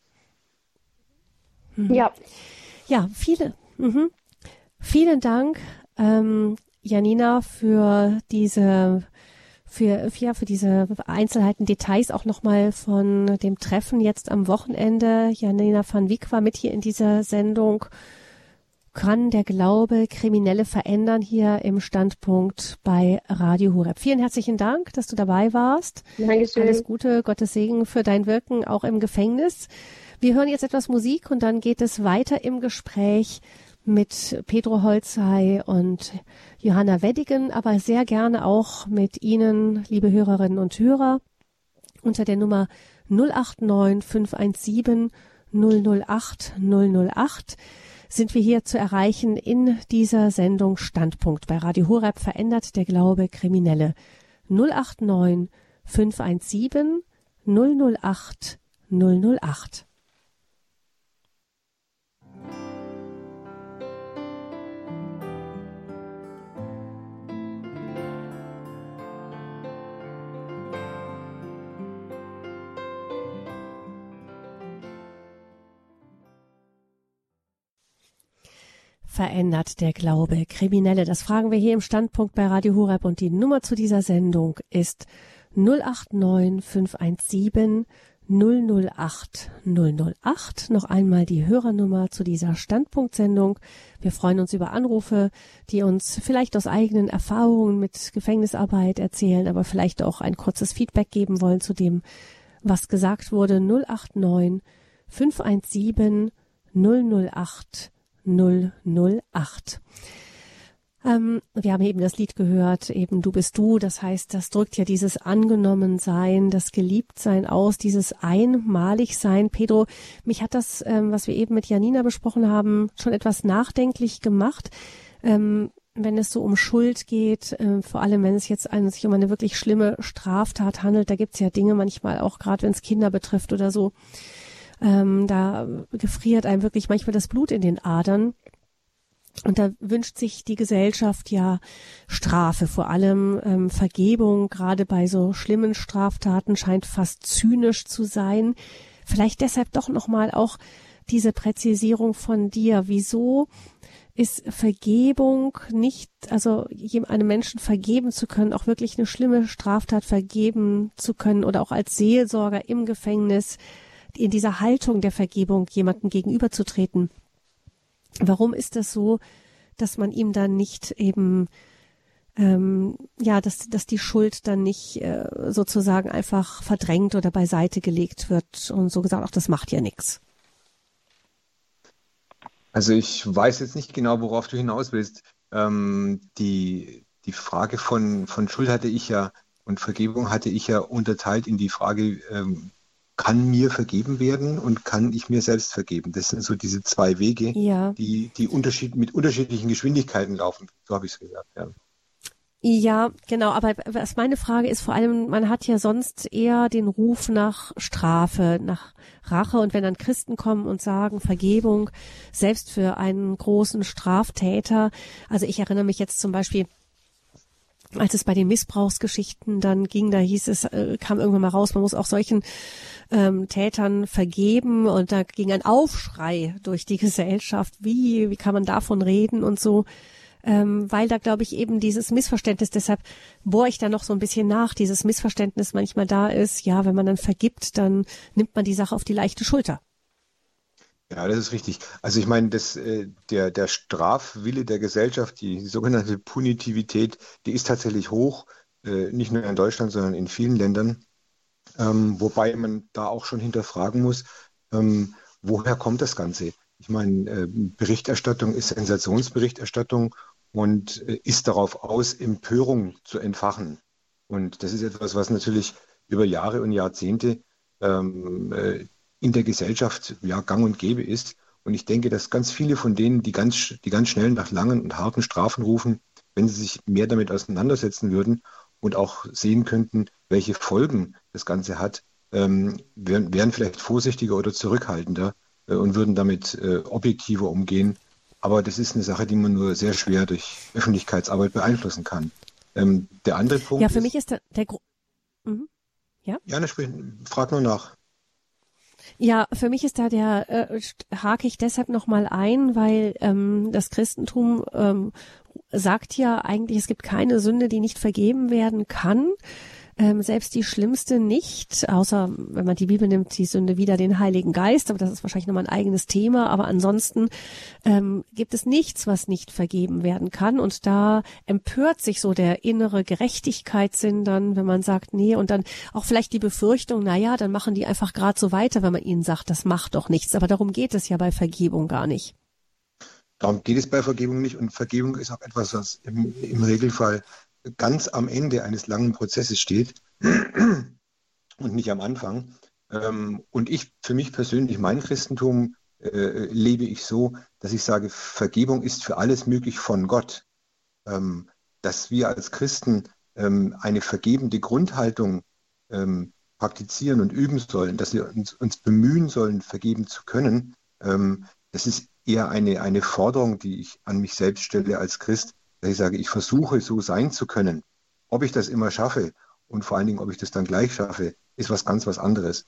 Ja. Ja, vielen Dank, Janina, für diese Einzelheiten, Details auch nochmal von dem Treffen jetzt am Wochenende. Janina van Wyk war mit hier in dieser Sendung. Kann der Glaube Kriminelle verändern, hier im Standpunkt bei Radio Horeb. Vielen herzlichen Dank, dass du dabei warst. Dankeschön. Alles Gute, Gottes Segen für dein Wirken auch im Gefängnis. Wir hören jetzt etwas Musik und dann geht es weiter im Gespräch mit Pedro Holzhey und Johanna Weddigen, aber sehr gerne auch mit Ihnen, liebe Hörerinnen und Hörer, unter der Nummer 089 517 008 008 sind wir hier zu erreichen in dieser Sendung Standpunkt. Bei Radio Horeb verändert der Glaube Kriminelle. 089 517 008 008. Verändert der Glaube Kriminelle? Das fragen wir hier im Standpunkt bei Radio Horeb und die Nummer zu dieser Sendung ist 089 517 008 008. Noch einmal die Hörernummer zu dieser Standpunktsendung. Wir freuen uns über Anrufe, die uns vielleicht aus eigenen Erfahrungen mit Gefängnisarbeit erzählen, aber vielleicht auch ein kurzes Feedback geben wollen zu dem, was gesagt wurde. 089 517 008 008. Wir haben eben das Lied gehört, eben Du bist du. Das heißt, das drückt ja dieses Angenommensein, das Geliebtsein aus, dieses Einmaligsein. Pedro, mich hat das, was wir eben mit Janina besprochen haben, schon etwas nachdenklich gemacht. Wenn es so um Schuld geht, vor allem wenn es jetzt sich um eine wirklich schlimme Straftat handelt, da gibt es ja Dinge manchmal auch, gerade wenn es Kinder betrifft oder so, da gefriert einem wirklich manchmal das Blut in den Adern. Und da wünscht sich die Gesellschaft ja Strafe, vor allem Vergebung, gerade bei so schlimmen Straftaten scheint fast zynisch zu sein. Vielleicht deshalb doch nochmal auch diese Präzisierung von dir. Wieso ist Vergebung nicht, also einem Menschen vergeben zu können, auch wirklich eine schlimme Straftat vergeben zu können oder auch als Seelsorger im Gefängnis in dieser Haltung der Vergebung jemandem gegenüberzutreten? Warum ist das so, dass man ihm dann nicht eben, dass die Schuld dann nicht sozusagen einfach verdrängt oder beiseite gelegt wird und so gesagt, ach, das macht ja nichts? Also ich weiß jetzt nicht genau, worauf du hinaus willst. Die Frage von Schuld hatte ich ja und Vergebung hatte ich ja unterteilt in die Frage, kann mir vergeben werden und kann ich mir selbst vergeben? Das sind so diese zwei Wege, ja, die mit unterschiedlichen Geschwindigkeiten laufen. So habe ich es gesagt, ja. Ja, genau. Aber was meine Frage ist, vor allem, man hat ja sonst eher den Ruf nach Strafe, nach Rache. Und wenn dann Christen kommen und sagen Vergebung, selbst für einen großen Straftäter. Also ich erinnere mich jetzt zum Beispiel, als es bei den Missbrauchsgeschichten dann ging, da hieß es, kam irgendwann mal raus, man muss auch solchen Tätern vergeben, und da ging ein Aufschrei durch die Gesellschaft, wie kann man davon reden und so, weil da, glaube ich, eben dieses Missverständnis, deshalb bohre ich da noch so ein bisschen nach, dieses Missverständnis manchmal da ist, ja, wenn man dann vergibt, dann nimmt man die Sache auf die leichte Schulter. Ja, das ist richtig. Also ich meine, der Strafwille der Gesellschaft, die sogenannte Punitivität, die ist tatsächlich hoch, nicht nur in Deutschland, sondern in vielen Ländern. Wobei man da auch schon hinterfragen muss, woher kommt das Ganze? Ich meine, Berichterstattung ist Sensationsberichterstattung und ist darauf aus, Empörung zu entfachen. Und das ist etwas, was natürlich über Jahre und Jahrzehnte in der Gesellschaft ja gang und gäbe ist. Und ich denke, dass ganz viele von denen, die ganz schnell nach langen und harten Strafen rufen, wenn sie sich mehr damit auseinandersetzen würden und auch sehen könnten, welche Folgen das Ganze hat, wären vielleicht vorsichtiger oder zurückhaltender und würden damit objektiver umgehen. Aber das ist eine Sache, die man nur sehr schwer durch Öffentlichkeitsarbeit beeinflussen kann. Der andere Punkt Ja, für mich ist Ja, frag nur nach. Ja, für mich ist da hake ich deshalb nochmal ein, weil das Christentum sagt ja eigentlich, es gibt keine Sünde, die nicht vergeben werden kann. Selbst die schlimmste nicht, außer wenn man die Bibel nimmt, die Sünde wider den Heiligen Geist, aber das ist wahrscheinlich nochmal ein eigenes Thema, aber ansonsten gibt es nichts, was nicht vergeben werden kann, und da empört sich so der innere Gerechtigkeitssinn dann, wenn man sagt, nee, und dann auch vielleicht die Befürchtung, naja, dann machen die einfach gerade so weiter, wenn man ihnen sagt, das macht doch nichts, aber darum geht es ja bei Vergebung gar nicht. Darum geht es bei Vergebung nicht, und Vergebung ist auch etwas, was im Regelfall ganz am Ende eines langen Prozesses steht und nicht am Anfang. Und für mich persönlich, mein Christentum lebe ich so, dass ich sage, Vergebung ist für alles möglich von Gott. Dass wir als Christen eine vergebende Grundhaltung praktizieren und üben sollen, dass wir uns bemühen sollen, vergeben zu können, das ist eher eine Forderung, die ich an mich selbst stelle als Christ, dass ich sage, ich versuche, so sein zu können. Ob ich das immer schaffe und vor allen Dingen, ob ich das dann gleich schaffe, ist was anderes.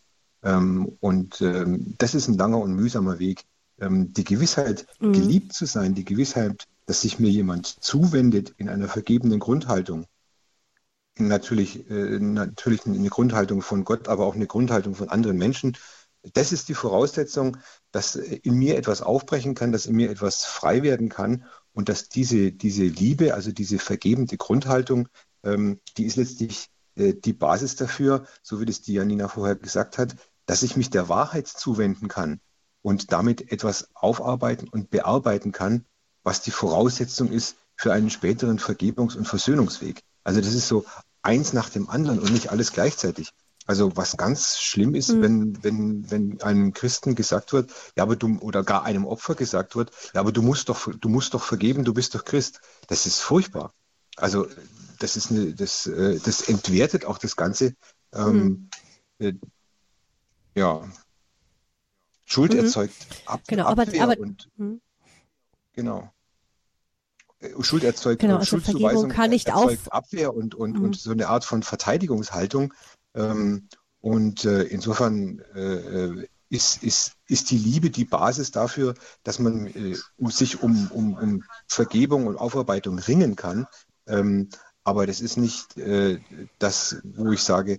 Das ist ein langer und mühsamer Weg. Die Gewissheit, geliebt zu sein, die Gewissheit, dass sich mir jemand zuwendet in einer vergebenen Grundhaltung, natürlich eine Grundhaltung von Gott, aber auch eine Grundhaltung von anderen Menschen, das ist die Voraussetzung, dass in mir etwas aufbrechen kann, dass in mir etwas frei werden kann, und dass diese Liebe, also diese vergebende Grundhaltung, die ist letztlich die Basis dafür, so wie das die Janina vorher gesagt hat, dass ich mich der Wahrheit zuwenden kann und damit etwas aufarbeiten und bearbeiten kann, was die Voraussetzung ist für einen späteren Vergebungs- und Versöhnungsweg. Also das ist so eins nach dem anderen und nicht alles gleichzeitig. Also was ganz schlimm ist, wenn einem Christen gesagt wird, ja, aber oder gar einem Opfer gesagt wird, ja, aber du musst doch vergeben, du bist doch Christ. Das ist furchtbar. Also das entwertet auch das Ganze. Schuld erzeugt Abwehr genau. Schuld erzeugt also Schuldzuweisung kann nicht erzeugt Abwehr und so eine Art von Verteidigungshaltung. Insofern ist die Liebe die Basis dafür, dass man sich um Vergebung und Aufarbeitung ringen kann. Aber das ist nicht das, wo ich sage,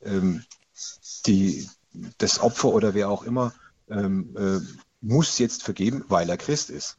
das Opfer oder wer auch immer muss jetzt vergeben, weil er Christ ist.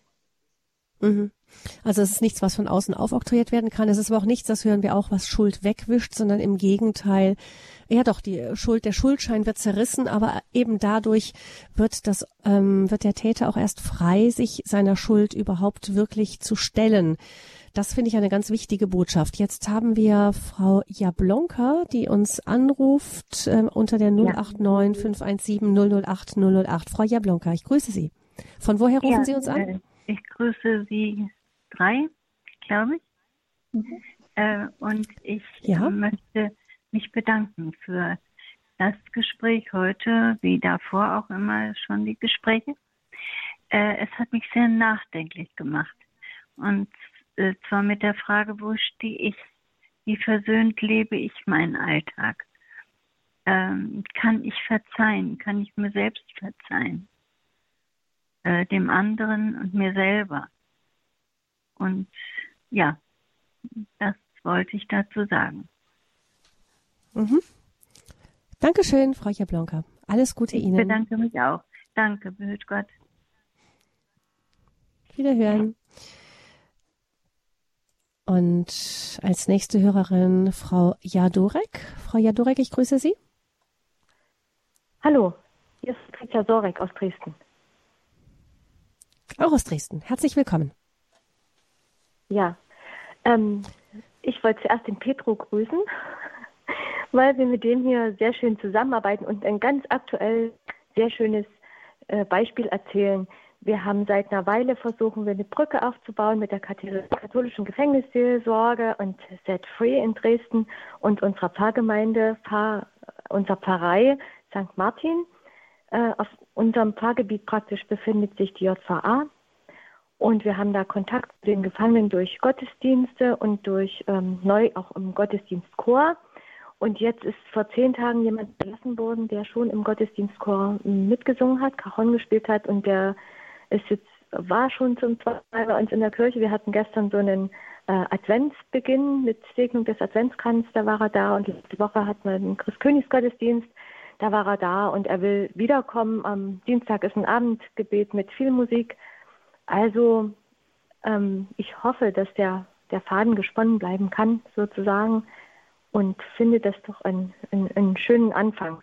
Also es ist nichts, was von außen aufoktroyiert werden kann. Es ist aber auch nichts, das hören wir auch, was Schuld wegwischt, sondern im Gegenteil, ja doch, der Schuldschein wird zerrissen, aber eben dadurch wird der Täter auch erst frei, sich seiner Schuld überhaupt wirklich zu stellen. Das finde ich eine ganz wichtige Botschaft. Jetzt haben wir Frau Jablonka, die uns anruft unter der 089 517 008 008. Frau Jablonka, ich grüße Sie. Von woher rufen Sie uns an? Ich grüße Sie 3, glaube ich. Und ich möchte mich bedanken für das Gespräch heute, wie davor auch immer schon die Gespräche. Es hat mich sehr nachdenklich gemacht. Und zwar mit der Frage, wo stehe ich? Wie versöhnt lebe ich meinen Alltag? Kann ich verzeihen? Kann ich mir selbst verzeihen? Dem anderen und mir selber. Und ja, das wollte ich dazu sagen. Dankeschön, Frau Jablonka. Alles Gute Ihnen. Ich bedanke mich auch. Danke, behüt Gott. Wiederhören. Und als nächste Hörerin Frau Jadorek. Frau Jadorek, ich grüße Sie. Hallo, hier ist Patricia Sorek aus Dresden. Auch aus Dresden. Herzlich willkommen. Ja, ich wollte zuerst den Petro grüßen, weil wir mit dem hier sehr schön zusammenarbeiten und ein ganz aktuell sehr schönes Beispiel erzählen. Wir haben seit einer Weile versuchen, wir eine Brücke aufzubauen mit der katholischen Gefängnisseelsorge und Set Free in Dresden und unserer Pfarrgemeinde, unsere Pfarrei St. Martin. Auf unserem Pfarrgebiet praktisch befindet sich die JVA. Und wir haben da Kontakt zu den Gefangenen durch Gottesdienste und durch neu auch im Gottesdienstchor. Und jetzt ist vor 10 Tagen jemand entlassen worden, der schon im Gottesdienstchor mitgesungen hat, Cajon gespielt hat. Und der war schon zum 2. Mal bei uns in der Kirche. Wir hatten gestern so einen Adventsbeginn mit Segnung des Adventskranz, da war er da. Und letzte Woche hatten wir einen Christkönigsgottesdienst, da war er da. Und er will wiederkommen. Am Dienstag ist ein Abendgebet mit viel Musik. Also ich hoffe, dass der Faden gesponnen bleiben kann, sozusagen. Und finde das doch einen schönen Anfang.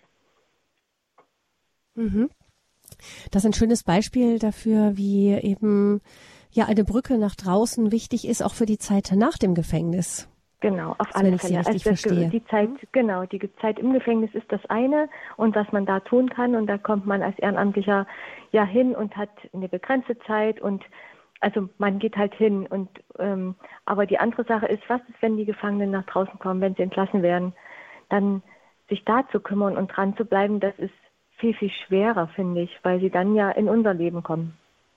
Mhm. Das ist ein schönes Beispiel dafür, wie eben ja eine Brücke nach draußen wichtig ist, auch für die Zeit nach dem Gefängnis. Genau, auf alle Fälle. Wenn ich Sie richtig verstehe. Die Zeit im Gefängnis ist das eine und was man da tun kann. Und da kommt man als Ehrenamtlicher ja hin und hat eine begrenzte Zeit und also man geht halt hin. Und aber die andere Sache ist, was ist, wenn die Gefangenen nach draußen kommen, wenn sie entlassen werden? Dann sich da zu kümmern und dran zu bleiben, das ist viel, viel schwerer, finde ich, weil sie dann ja in unser Leben kommen.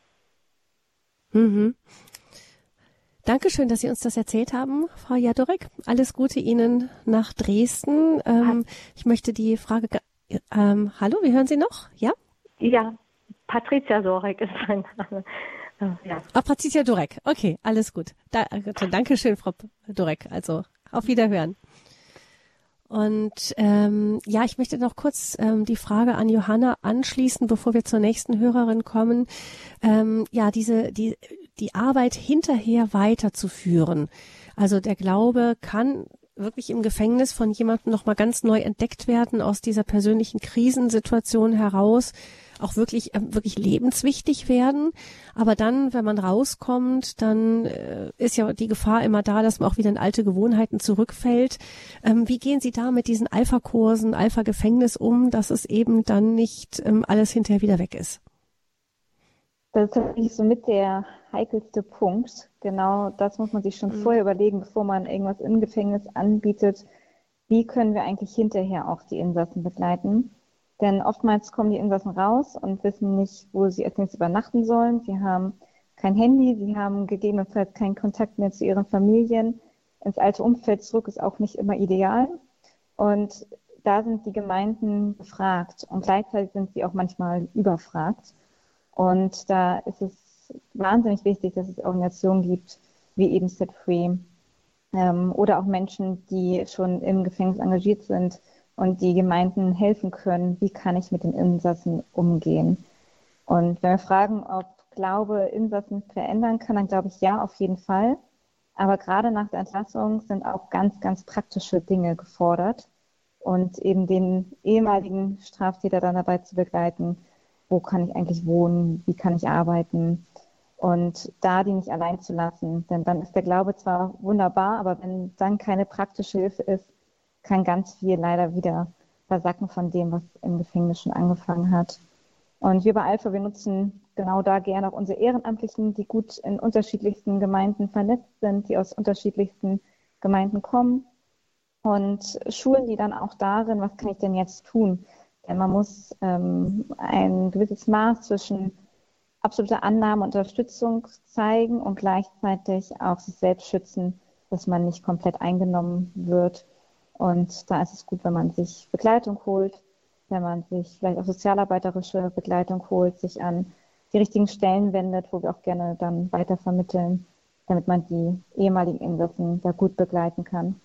Mhm. Dankeschön, dass Sie uns das erzählt haben, Frau Jadorek. Alles Gute Ihnen nach Dresden. Ich möchte die Frage... hallo, wir hören Sie noch? Ja? Ja, Patricia Dorek ist mein Name. Ja. Patricia Dorek. Okay, alles gut. Dankeschön, Frau Dorek. Also auf Wiederhören. Und ich möchte noch kurz die Frage an Johanna anschließen, bevor wir zur nächsten Hörerin kommen. Die Arbeit hinterher weiterzuführen. Also der Glaube kann wirklich im Gefängnis von jemandem nochmal ganz neu entdeckt werden, aus dieser persönlichen Krisensituation heraus, auch wirklich lebenswichtig werden. Aber dann, wenn man rauskommt, dann ist ja die Gefahr immer da, dass man auch wieder in alte Gewohnheiten zurückfällt. Wie gehen Sie da mit diesen Alpha-Kursen, Alpha-Gefängnis um, dass es eben dann nicht alles hinterher wieder weg ist? Das ist tatsächlich so mit der heikelste Punkt. Genau das muss man sich schon vorher überlegen, bevor man irgendwas im Gefängnis anbietet. Wie können wir eigentlich hinterher auch die Insassen begleiten? Denn oftmals kommen die Insassen raus und wissen nicht, wo sie als nächstes übernachten sollen. Sie haben kein Handy, sie haben gegebenenfalls keinen Kontakt mehr zu ihren Familien. Ins alte Umfeld zurück ist auch nicht immer ideal. Und da sind die Gemeinden gefragt und gleichzeitig sind sie auch manchmal überfragt. Und da ist es wahnsinnig wichtig, dass es Organisationen gibt, wie eben Set Free oder auch Menschen, die schon im Gefängnis engagiert sind und die Gemeinden helfen können, wie kann ich mit den Insassen umgehen. Und wenn wir fragen, ob Glaube Insassen verändern kann, dann glaube ich ja, auf jeden Fall. Aber gerade nach der Entlassung sind auch ganz, ganz praktische Dinge gefordert und eben den ehemaligen Straftäter dann dabei zu begleiten, wo kann ich eigentlich wohnen, wie kann ich arbeiten und da die nicht allein zu lassen. Denn dann ist der Glaube zwar wunderbar, aber wenn dann keine praktische Hilfe ist, kann ganz viel leider wieder versacken von dem, was im Gefängnis schon angefangen hat. Und wir bei Alpha, wir nutzen genau da gerne auch unsere Ehrenamtlichen, die gut in unterschiedlichsten Gemeinden vernetzt sind, die aus unterschiedlichsten Gemeinden kommen und schulen die dann auch darin, was kann ich denn jetzt tun? Denn man muss ein gewisses Maß zwischen absoluter Annahme und Unterstützung zeigen und gleichzeitig auch sich selbst schützen, dass man nicht komplett eingenommen wird. Und da ist es gut, wenn man sich Begleitung holt, wenn man sich vielleicht auch sozialarbeiterische Begleitung holt, sich an die richtigen Stellen wendet, wo wir auch gerne dann weitervermitteln, damit man die ehemaligen Insassen da gut begleiten kann.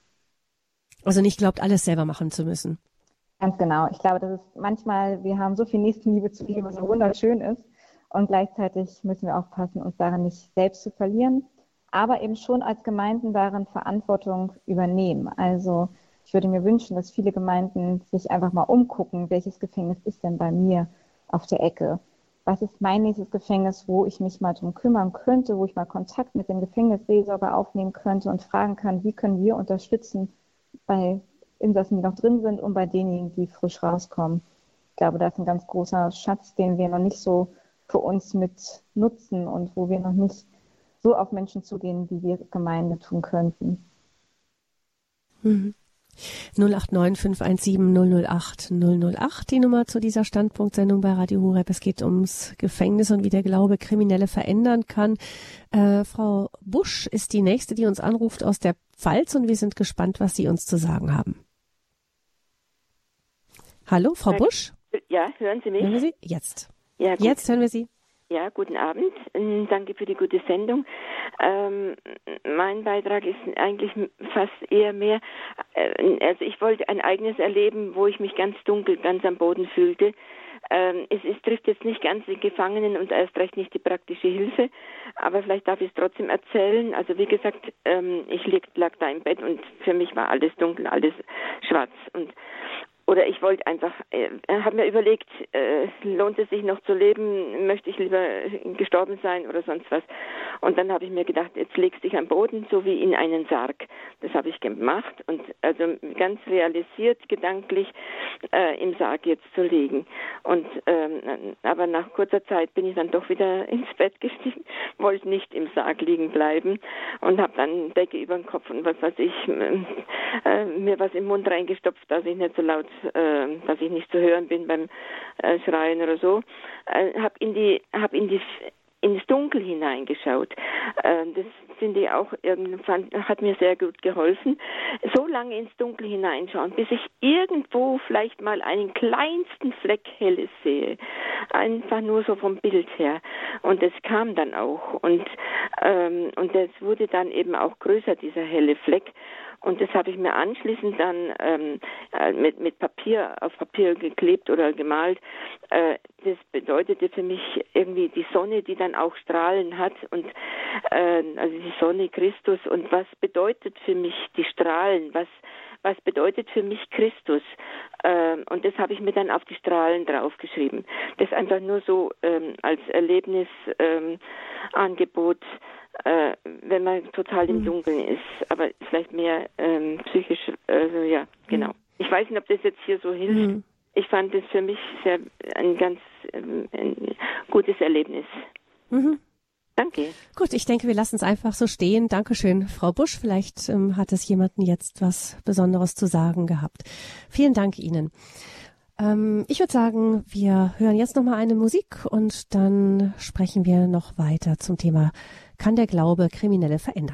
Also nicht glaubt, alles selber machen zu müssen. Ganz genau. Ich glaube, das ist manchmal, wir haben so viel Nächstenliebe zu ihm, was so wunderschön ist. Und gleichzeitig müssen wir aufpassen, uns daran nicht selbst zu verlieren, aber eben schon als Gemeinden darin Verantwortung übernehmen. Also ich würde mir wünschen, dass viele Gemeinden sich einfach mal umgucken, welches Gefängnis ist denn bei mir auf der Ecke? Was ist mein nächstes Gefängnis, wo ich mich mal drum kümmern könnte, wo ich mal Kontakt mit dem Gefängnisseelsorger aufnehmen könnte und fragen kann, wie können wir unterstützen bei Insassen, die noch drin sind und bei denjenigen, die frisch rauskommen. Ich glaube, das ist ein ganz großer Schatz, den wir noch nicht so für uns mit nutzen und wo wir noch nicht so auf Menschen zugehen, wie wir Gemeinde tun könnten. Mhm. 089 517 008 008, die Nummer zu dieser Standpunktsendung bei Radio Horeb. Es geht ums Gefängnis und wie der Glaube Kriminelle verändern kann. Frau Busch ist die Nächste, die uns anruft aus der Pfalz, und wir sind gespannt, was Sie uns zu sagen haben. Hallo, Frau Busch? Ja, hören Sie mich? Hören wir Sie? Jetzt. Ja, gut. Jetzt hören wir Sie. Ja, guten Abend. Danke für die gute Sendung. Mein Beitrag ist eigentlich fast eher mehr, also ich wollte ein eigenes erleben, wo ich mich ganz dunkel, ganz am Boden fühlte. Es trifft jetzt nicht ganz die Gefangenen und erst recht nicht die praktische Hilfe, aber vielleicht darf ich es trotzdem erzählen. Also wie gesagt, ich lag da im Bett und für mich war alles dunkel, alles schwarz. Oder ich wollte einfach, habe mir überlegt, lohnt es sich noch zu leben, möchte ich lieber gestorben sein oder sonst was. Und dann habe ich mir gedacht, jetzt legst du dich am Boden, so wie in einen Sarg. Das habe ich gemacht und also ganz realisiert, gedanklich im Sarg jetzt zu liegen. Und aber nach kurzer Zeit bin ich dann doch wieder ins Bett gestiegen, wollte nicht im Sarg liegen bleiben und habe dann Decke über den Kopf und was weiß ich, mir was im Mund reingestopft, dass ich nicht so laut, dass ich nicht zu hören bin beim Schreien oder so. Hab ins Dunkel hineingeschaut. Das finde ich auch irgendwann, hat mir sehr gut geholfen. So lange ins Dunkel hineinschauen, bis ich irgendwo vielleicht mal einen kleinsten Fleck Helles sehe. Einfach nur so vom Bild her. Und das kam dann auch. Und das wurde dann eben auch größer, dieser helle Fleck. Und das habe ich mir anschließend dann mit Papier, auf Papier geklebt oder gemalt. Das bedeutete für mich irgendwie die Sonne, die dann auch Strahlen hat und also die Sonne Christus. Und was bedeutet für mich die Strahlen? Was bedeutet für mich Christus? Und das habe ich mir dann auf die Strahlen draufgeschrieben. Das einfach nur so als Erlebnisangebot, wenn man total im Dunkeln ist, aber vielleicht mehr psychisch, ja, genau. Ich weiß nicht, ob das jetzt hier so hilft. Ich fand das für mich ein ganz ein gutes Erlebnis. Danke. Gut, ich denke, wir lassen es einfach so stehen. Dankeschön, Frau Busch. Vielleicht hat es jemanden jetzt was Besonderes zu sagen gehabt. Vielen Dank Ihnen. Ich würde sagen, wir hören jetzt nochmal eine Musik und dann sprechen wir noch weiter zum Thema: Kann der Glaube Kriminelle verändern?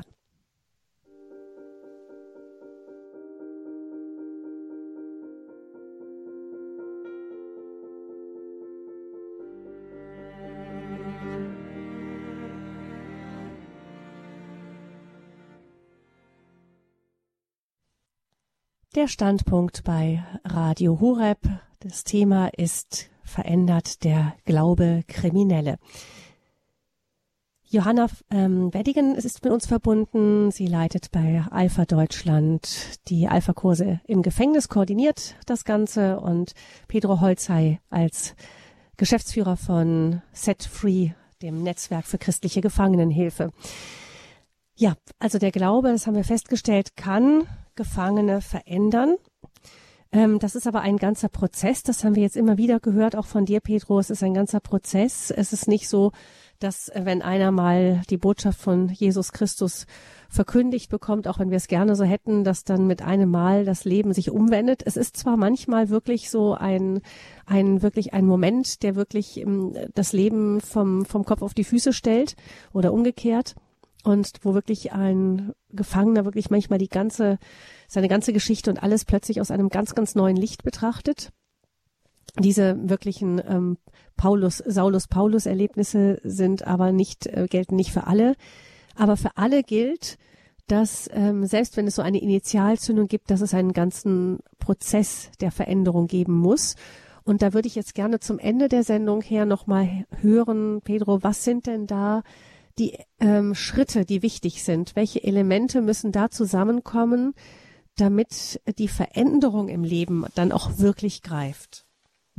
Der Standpunkt bei Radio Horeb. Das Thema ist: Verändert der Glaube Kriminelle? Johanna Weddigen ist mit uns verbunden. Sie leitet bei Alpha Deutschland die Alpha-Kurse im Gefängnis, koordiniert das Ganze, und Pedro Holzhey als Geschäftsführer von Set Free, dem Netzwerk für christliche Gefangenenhilfe. Ja, also der Glaube, das haben wir festgestellt, kann Gefangene verändern. Das ist aber ein ganzer Prozess. Das haben wir jetzt immer wieder gehört, auch von dir, Pedro. Es ist ein ganzer Prozess. Es ist nicht so, dass wenn einer mal die Botschaft von Jesus Christus verkündigt bekommt, auch wenn wir es gerne so hätten, dass dann mit einem Mal das Leben sich umwendet. Es ist zwar manchmal wirklich so ein Moment, der wirklich das Leben vom Kopf auf die Füße stellt oder umgekehrt. Und wo wirklich ein Gefangener wirklich manchmal seine ganze Geschichte und alles plötzlich aus einem ganz, ganz neuen Licht betrachtet. Diese wirklichen Saulus-Paulus-Erlebnisse sind aber gelten nicht für alle. Aber für alle gilt, dass selbst wenn es so eine Initialzündung gibt, dass es einen ganzen Prozess der Veränderung geben muss. Und da würde ich jetzt gerne zum Ende der Sendung her nochmal hören, Pedro, was sind denn da die Schritte, die wichtig sind? Welche Elemente müssen da zusammenkommen, damit die Veränderung im Leben dann auch wirklich greift?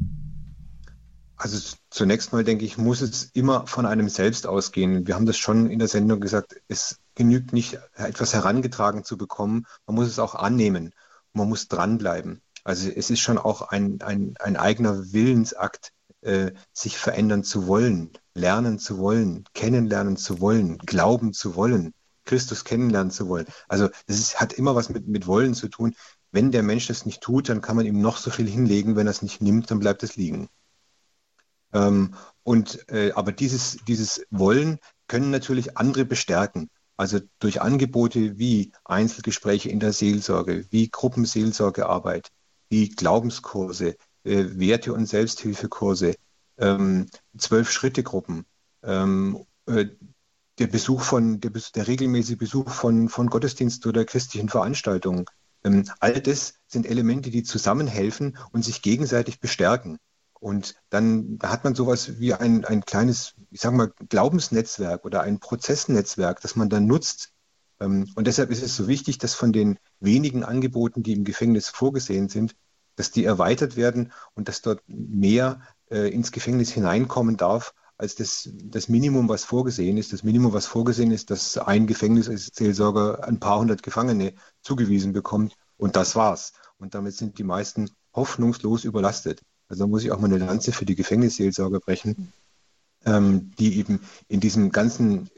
Also zunächst mal denke ich, muss es immer von einem selbst ausgehen. Wir haben das schon in der Sendung gesagt, es genügt nicht, etwas herangetragen zu bekommen, man muss es auch annehmen, man muss dranbleiben. Also es ist schon auch ein eigener Willensakt, sich verändern zu wollen, lernen zu wollen, kennenlernen zu wollen, glauben zu wollen, Christus kennenlernen zu wollen. Also hat immer was mit Wollen zu tun. wenn der Mensch das nicht tut, dann kann man ihm noch so viel hinlegen, wenn er es nicht nimmt, dann bleibt es liegen. Aber dieses Wollen können natürlich andere bestärken. Also durch Angebote wie Einzelgespräche in der Seelsorge, wie Gruppenseelsorgearbeit, wie Glaubenskurse, Werte- und Selbsthilfekurse, 12-Schritte-Gruppen, der regelmäßige Besuch von Gottesdiensten oder christlichen Veranstaltungen. All das sind Elemente, die zusammenhelfen und sich gegenseitig bestärken. Und dann hat man sowas wie ein kleines, ich sage mal, Glaubensnetzwerk oder ein Prozessnetzwerk, das man dann nutzt. Und deshalb ist es so wichtig, dass von den wenigen Angeboten, die im Gefängnis vorgesehen sind, dass die erweitert werden und dass dort mehr ins Gefängnis hineinkommen darf, als das Minimum, was vorgesehen ist. Das Minimum, was vorgesehen ist, dass ein Gefängnisseelsorger ein paar hundert Gefangene zugewiesen bekommt. Und das war's. Und damit sind die meisten hoffnungslos überlastet. Also da muss ich auch mal eine Lanze für die Gefängnisseelsorger brechen, die eben in diesem ganzen,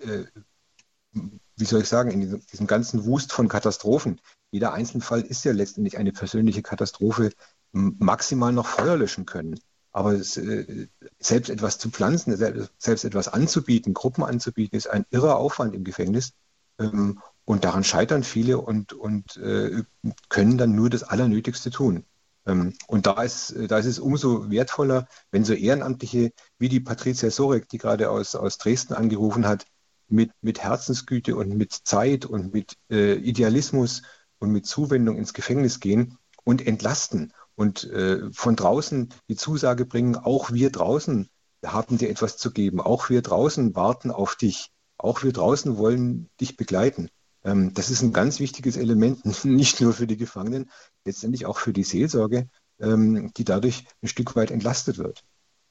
wie soll ich sagen, in diesem ganzen Wust von Katastrophen, jeder Einzelfall ist ja letztendlich eine persönliche Katastrophe, maximal noch Feuer löschen können. Aber selbst etwas zu pflanzen, selbst etwas anzubieten, Gruppen anzubieten, ist ein irrer Aufwand im Gefängnis. Und daran scheitern viele und können dann nur das Allernötigste tun. Und da ist es umso wertvoller, wenn so Ehrenamtliche wie die Patricia Sorek, die gerade aus Dresden angerufen hat, mit Herzensgüte und mit Zeit und mit Idealismus und mit Zuwendung ins Gefängnis gehen und entlasten und von draußen die Zusage bringen, auch wir draußen haben dir etwas zu geben, auch wir draußen warten auf dich, auch wir draußen wollen dich begleiten. Das ist ein ganz wichtiges Element, nicht nur für die Gefangenen, letztendlich auch für die Seelsorge, die dadurch ein Stück weit entlastet wird.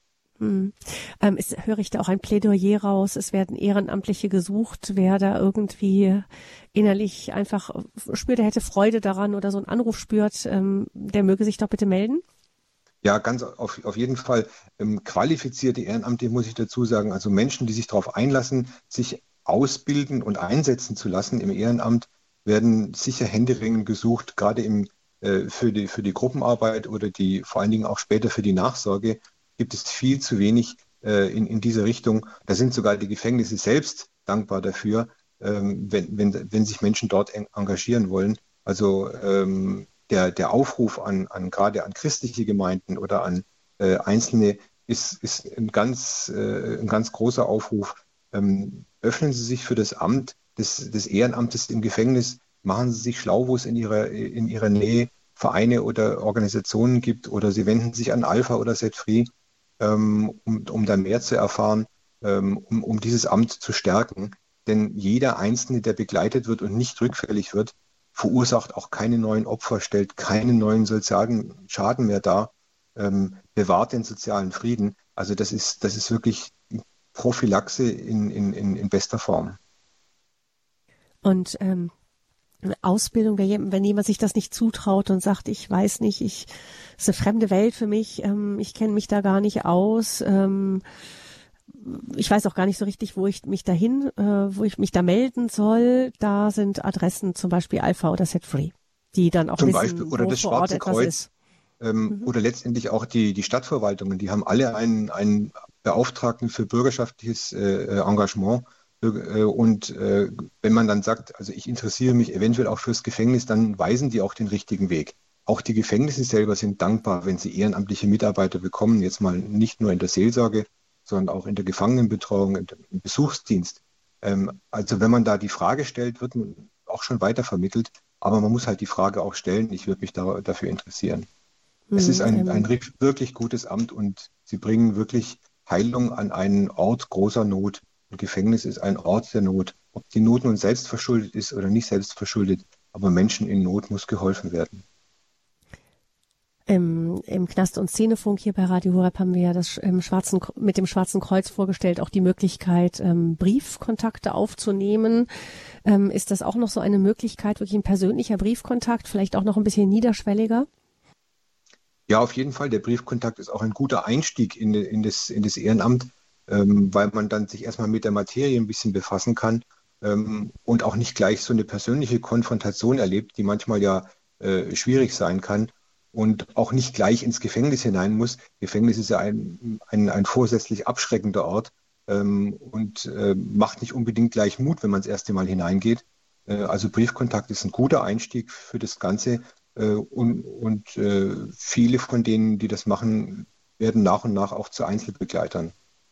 Höre ich da auch ein Plädoyer raus? Es werden Ehrenamtliche gesucht, wer da irgendwie innerlich einfach spürt, er hätte Freude daran oder so einen Anruf spürt, der möge sich doch bitte melden? Ja, ganz auf jeden Fall. Qualifizierte Ehrenamtliche, muss ich dazu sagen, also Menschen, die sich darauf einlassen, sich ausbilden und einsetzen zu lassen im Ehrenamt, werden sicher händeringend gesucht, gerade für die Gruppenarbeit oder vor allen Dingen auch später für die Nachsorge gibt es viel zu wenig in dieser Richtung. Da sind sogar die Gefängnisse selbst dankbar dafür, wenn sich Menschen dort engagieren wollen. Also der Aufruf gerade an christliche Gemeinden oder an Einzelne ist ein ganz großer Aufruf. Öffnen Sie sich für das Amt des Ehrenamtes im Gefängnis, machen Sie sich schlau, wo es in Ihrer Nähe Vereine oder Organisationen gibt, oder Sie wenden sich an Alpha oder Set Free, um da mehr zu erfahren, um dieses Amt zu stärken. Denn jeder Einzelne, der begleitet wird und nicht rückfällig wird, verursacht auch keine neuen Opfer, stellt keinen neuen sozialen Schaden mehr dar, bewahrt den sozialen Frieden. Also das ist wirklich Prophylaxe in bester Form. Und Ausbildung, wenn jemand sich das nicht zutraut und sagt, ich weiß nicht, es ist eine fremde Welt für mich, ich kenne mich da gar nicht aus, ich weiß auch gar nicht so richtig, wo ich mich da melden soll. Da sind Adressen, zum Beispiel Alpha oder Set Free, die dann auch zum wissen, Beispiel, oder wo das vor Ort Schwarze etwas Kreuz, ist. Oder letztendlich auch die Stadtverwaltungen, die haben alle einen Beauftragten für bürgerschaftliches Engagement. Und wenn man dann sagt, also ich interessiere mich eventuell auch fürs Gefängnis, dann weisen die auch den richtigen Weg. Auch die Gefängnisse selber sind dankbar, wenn sie ehrenamtliche Mitarbeiter bekommen, jetzt mal nicht nur in der Seelsorge, sondern auch in der Gefangenenbetreuung, im Besuchsdienst. Also wenn man da die Frage stellt, wird man auch schon weitervermittelt, aber man muss halt die Frage auch stellen, ich würde mich dafür interessieren. Es ist ein wirklich gutes Amt und sie bringen wirklich Heilung an einen Ort großer Not. Ein Gefängnis ist ein Ort der Not. Ob die Not nun selbst verschuldet ist oder nicht selbst verschuldet, aber Menschen in Not muss geholfen werden. Im Knast- und Szenefunk hier bei Radio Horeb haben wir ja mit dem Schwarzen Kreuz vorgestellt, auch die Möglichkeit, Briefkontakte aufzunehmen. Ist das auch noch so eine Möglichkeit, wirklich ein persönlicher Briefkontakt, vielleicht auch noch ein bisschen niederschwelliger? Ja, auf jeden Fall. Der Briefkontakt ist auch ein guter Einstieg in das Ehrenamt, weil man dann sich erstmal mit der Materie ein bisschen befassen kann und auch nicht gleich so eine persönliche Konfrontation erlebt, die manchmal ja schwierig sein kann und auch nicht gleich ins Gefängnis hinein muss. Gefängnis ist ja ein vorsätzlich abschreckender Ort und macht nicht unbedingt gleich Mut, wenn man das erste Mal hineingeht. Also Briefkontakt ist ein guter Einstieg für das Ganze und viele von denen, die das machen, werden nach und nach auch zu Einzelbegleitern.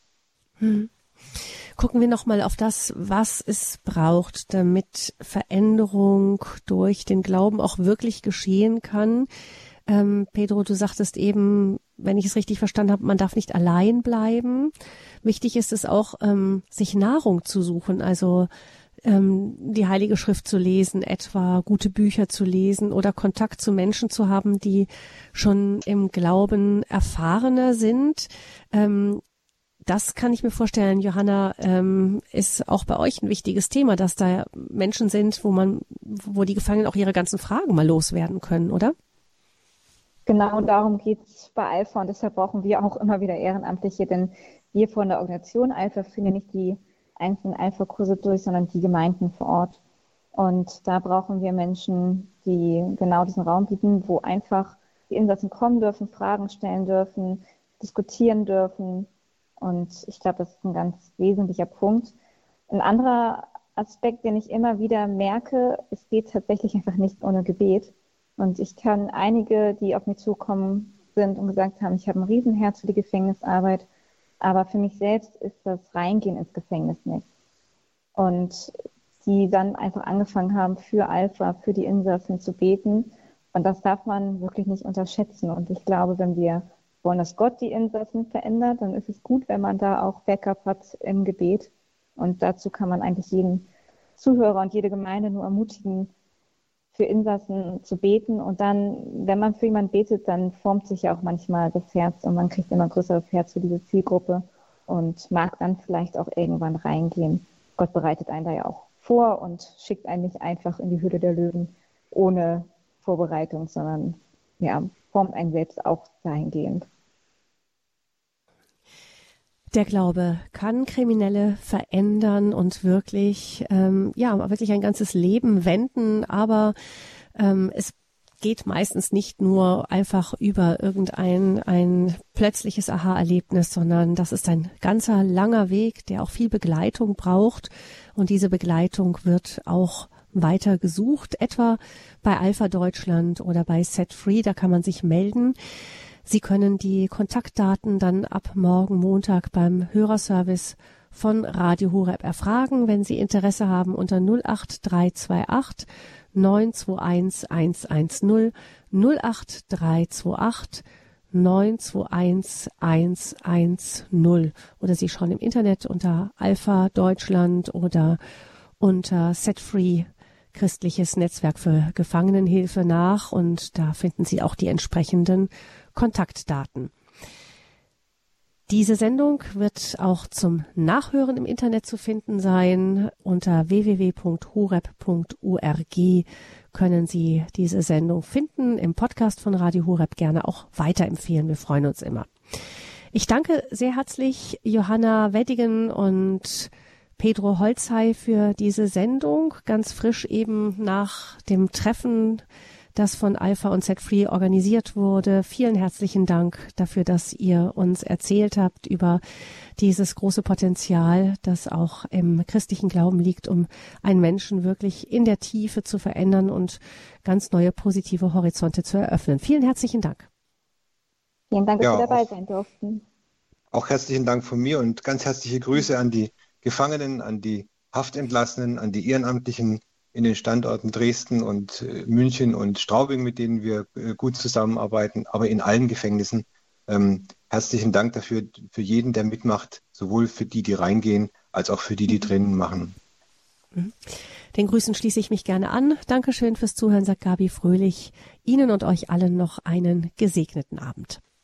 Gucken wir nochmal auf das, was es braucht, damit Veränderung durch den Glauben auch wirklich geschehen kann. Pedro, du sagtest eben, wenn ich es richtig verstanden habe, man darf nicht allein bleiben. Wichtig ist es auch, sich Nahrung zu suchen, also die Heilige Schrift zu lesen, etwa gute Bücher zu lesen oder Kontakt zu Menschen zu haben, die schon im Glauben erfahrener sind. Das kann ich mir vorstellen, Johanna, ist auch bei euch ein wichtiges Thema, dass da Menschen sind, wo die Gefangenen auch ihre ganzen Fragen mal loswerden können, oder? Genau darum geht es bei Alpha und deshalb brauchen wir auch immer wieder Ehrenamtliche, denn wir von der Organisation Alpha führen ja nicht die einzelnen Alpha-Kurse durch, sondern die Gemeinden vor Ort. Und da brauchen wir Menschen, die genau diesen Raum bieten, wo einfach die Insassen kommen dürfen, Fragen stellen dürfen, diskutieren dürfen. Und ich glaube, das ist ein ganz wesentlicher Punkt. Ein anderer Aspekt, den ich immer wieder merke, es geht tatsächlich einfach nicht ohne Gebet. Und ich kann einige, die auf mich zukommen sind und gesagt haben, ich habe ein Riesenherz für die Gefängnisarbeit, aber für mich selbst ist das Reingehen ins Gefängnis nichts. Und die dann einfach angefangen haben, für Alpha, für die Insassen zu beten. Und das darf man wirklich nicht unterschätzen. Und ich glaube, wenn wir wollen, dass Gott die Insassen verändert, dann ist es gut, wenn man da auch Backup hat im Gebet. Und dazu kann man eigentlich jeden Zuhörer und jede Gemeinde nur ermutigen, für Insassen zu beten. Und dann, wenn man für jemanden betet, dann formt sich ja auch manchmal das Herz und man kriegt immer ein größeres Herz für diese Zielgruppe und mag dann vielleicht auch irgendwann reingehen. Gott bereitet einen da ja auch vor und schickt einen nicht einfach in die Höhle der Löwen ohne Vorbereitung, sondern ja, formt einen selbst auch dahingehend. Der Glaube kann Kriminelle verändern und wirklich ein ganzes Leben wenden, aber es geht meistens nicht nur einfach über ein plötzliches Aha-Erlebnis, sondern das ist ein ganzer langer Weg, der auch viel Begleitung braucht, und diese Begleitung wird auch weiter gesucht, etwa bei Alpha Deutschland oder bei Set Free, da kann man sich melden. Sie können die Kontaktdaten dann ab morgen Montag beim Hörerservice von Radio Horeb erfragen, wenn Sie Interesse haben, unter 08328 921 110, 08328 921 110, oder Sie schauen im Internet unter Alpha Deutschland oder unter Set Free, christliches Netzwerk für Gefangenenhilfe, nach, und da finden Sie auch die entsprechenden Kontaktdaten. Diese Sendung wird auch zum Nachhören im Internet zu finden sein. Unter www.horeb.org können Sie diese Sendung finden. Im Podcast von Radio Horeb gerne auch weiterempfehlen. Wir freuen uns immer. Ich danke sehr herzlich Johanna Weddigen und Pedro Holzhey für diese Sendung, ganz frisch eben nach dem Treffen, das von Alpha und Set Free organisiert wurde. Vielen herzlichen Dank dafür, dass ihr uns erzählt habt über dieses große Potenzial, das auch im christlichen Glauben liegt, um einen Menschen wirklich in der Tiefe zu verändern und ganz neue positive Horizonte zu eröffnen. Vielen herzlichen Dank. Vielen Dank, dass wir dabei sein durften. Auch herzlichen Dank von mir und ganz herzliche Grüße an die Gefangenen, an die Haftentlassenen, an die Ehrenamtlichen in den Standorten Dresden und München und Straubing, mit denen wir gut zusammenarbeiten, aber in allen Gefängnissen. Herzlichen Dank dafür, für jeden, der mitmacht, sowohl für die, die reingehen, als auch für die, die drinnen machen. Den Grüßen schließe ich mich gerne an. Dankeschön fürs Zuhören, sagt Gabi Fröhlich. Ihnen und euch allen noch einen gesegneten Abend.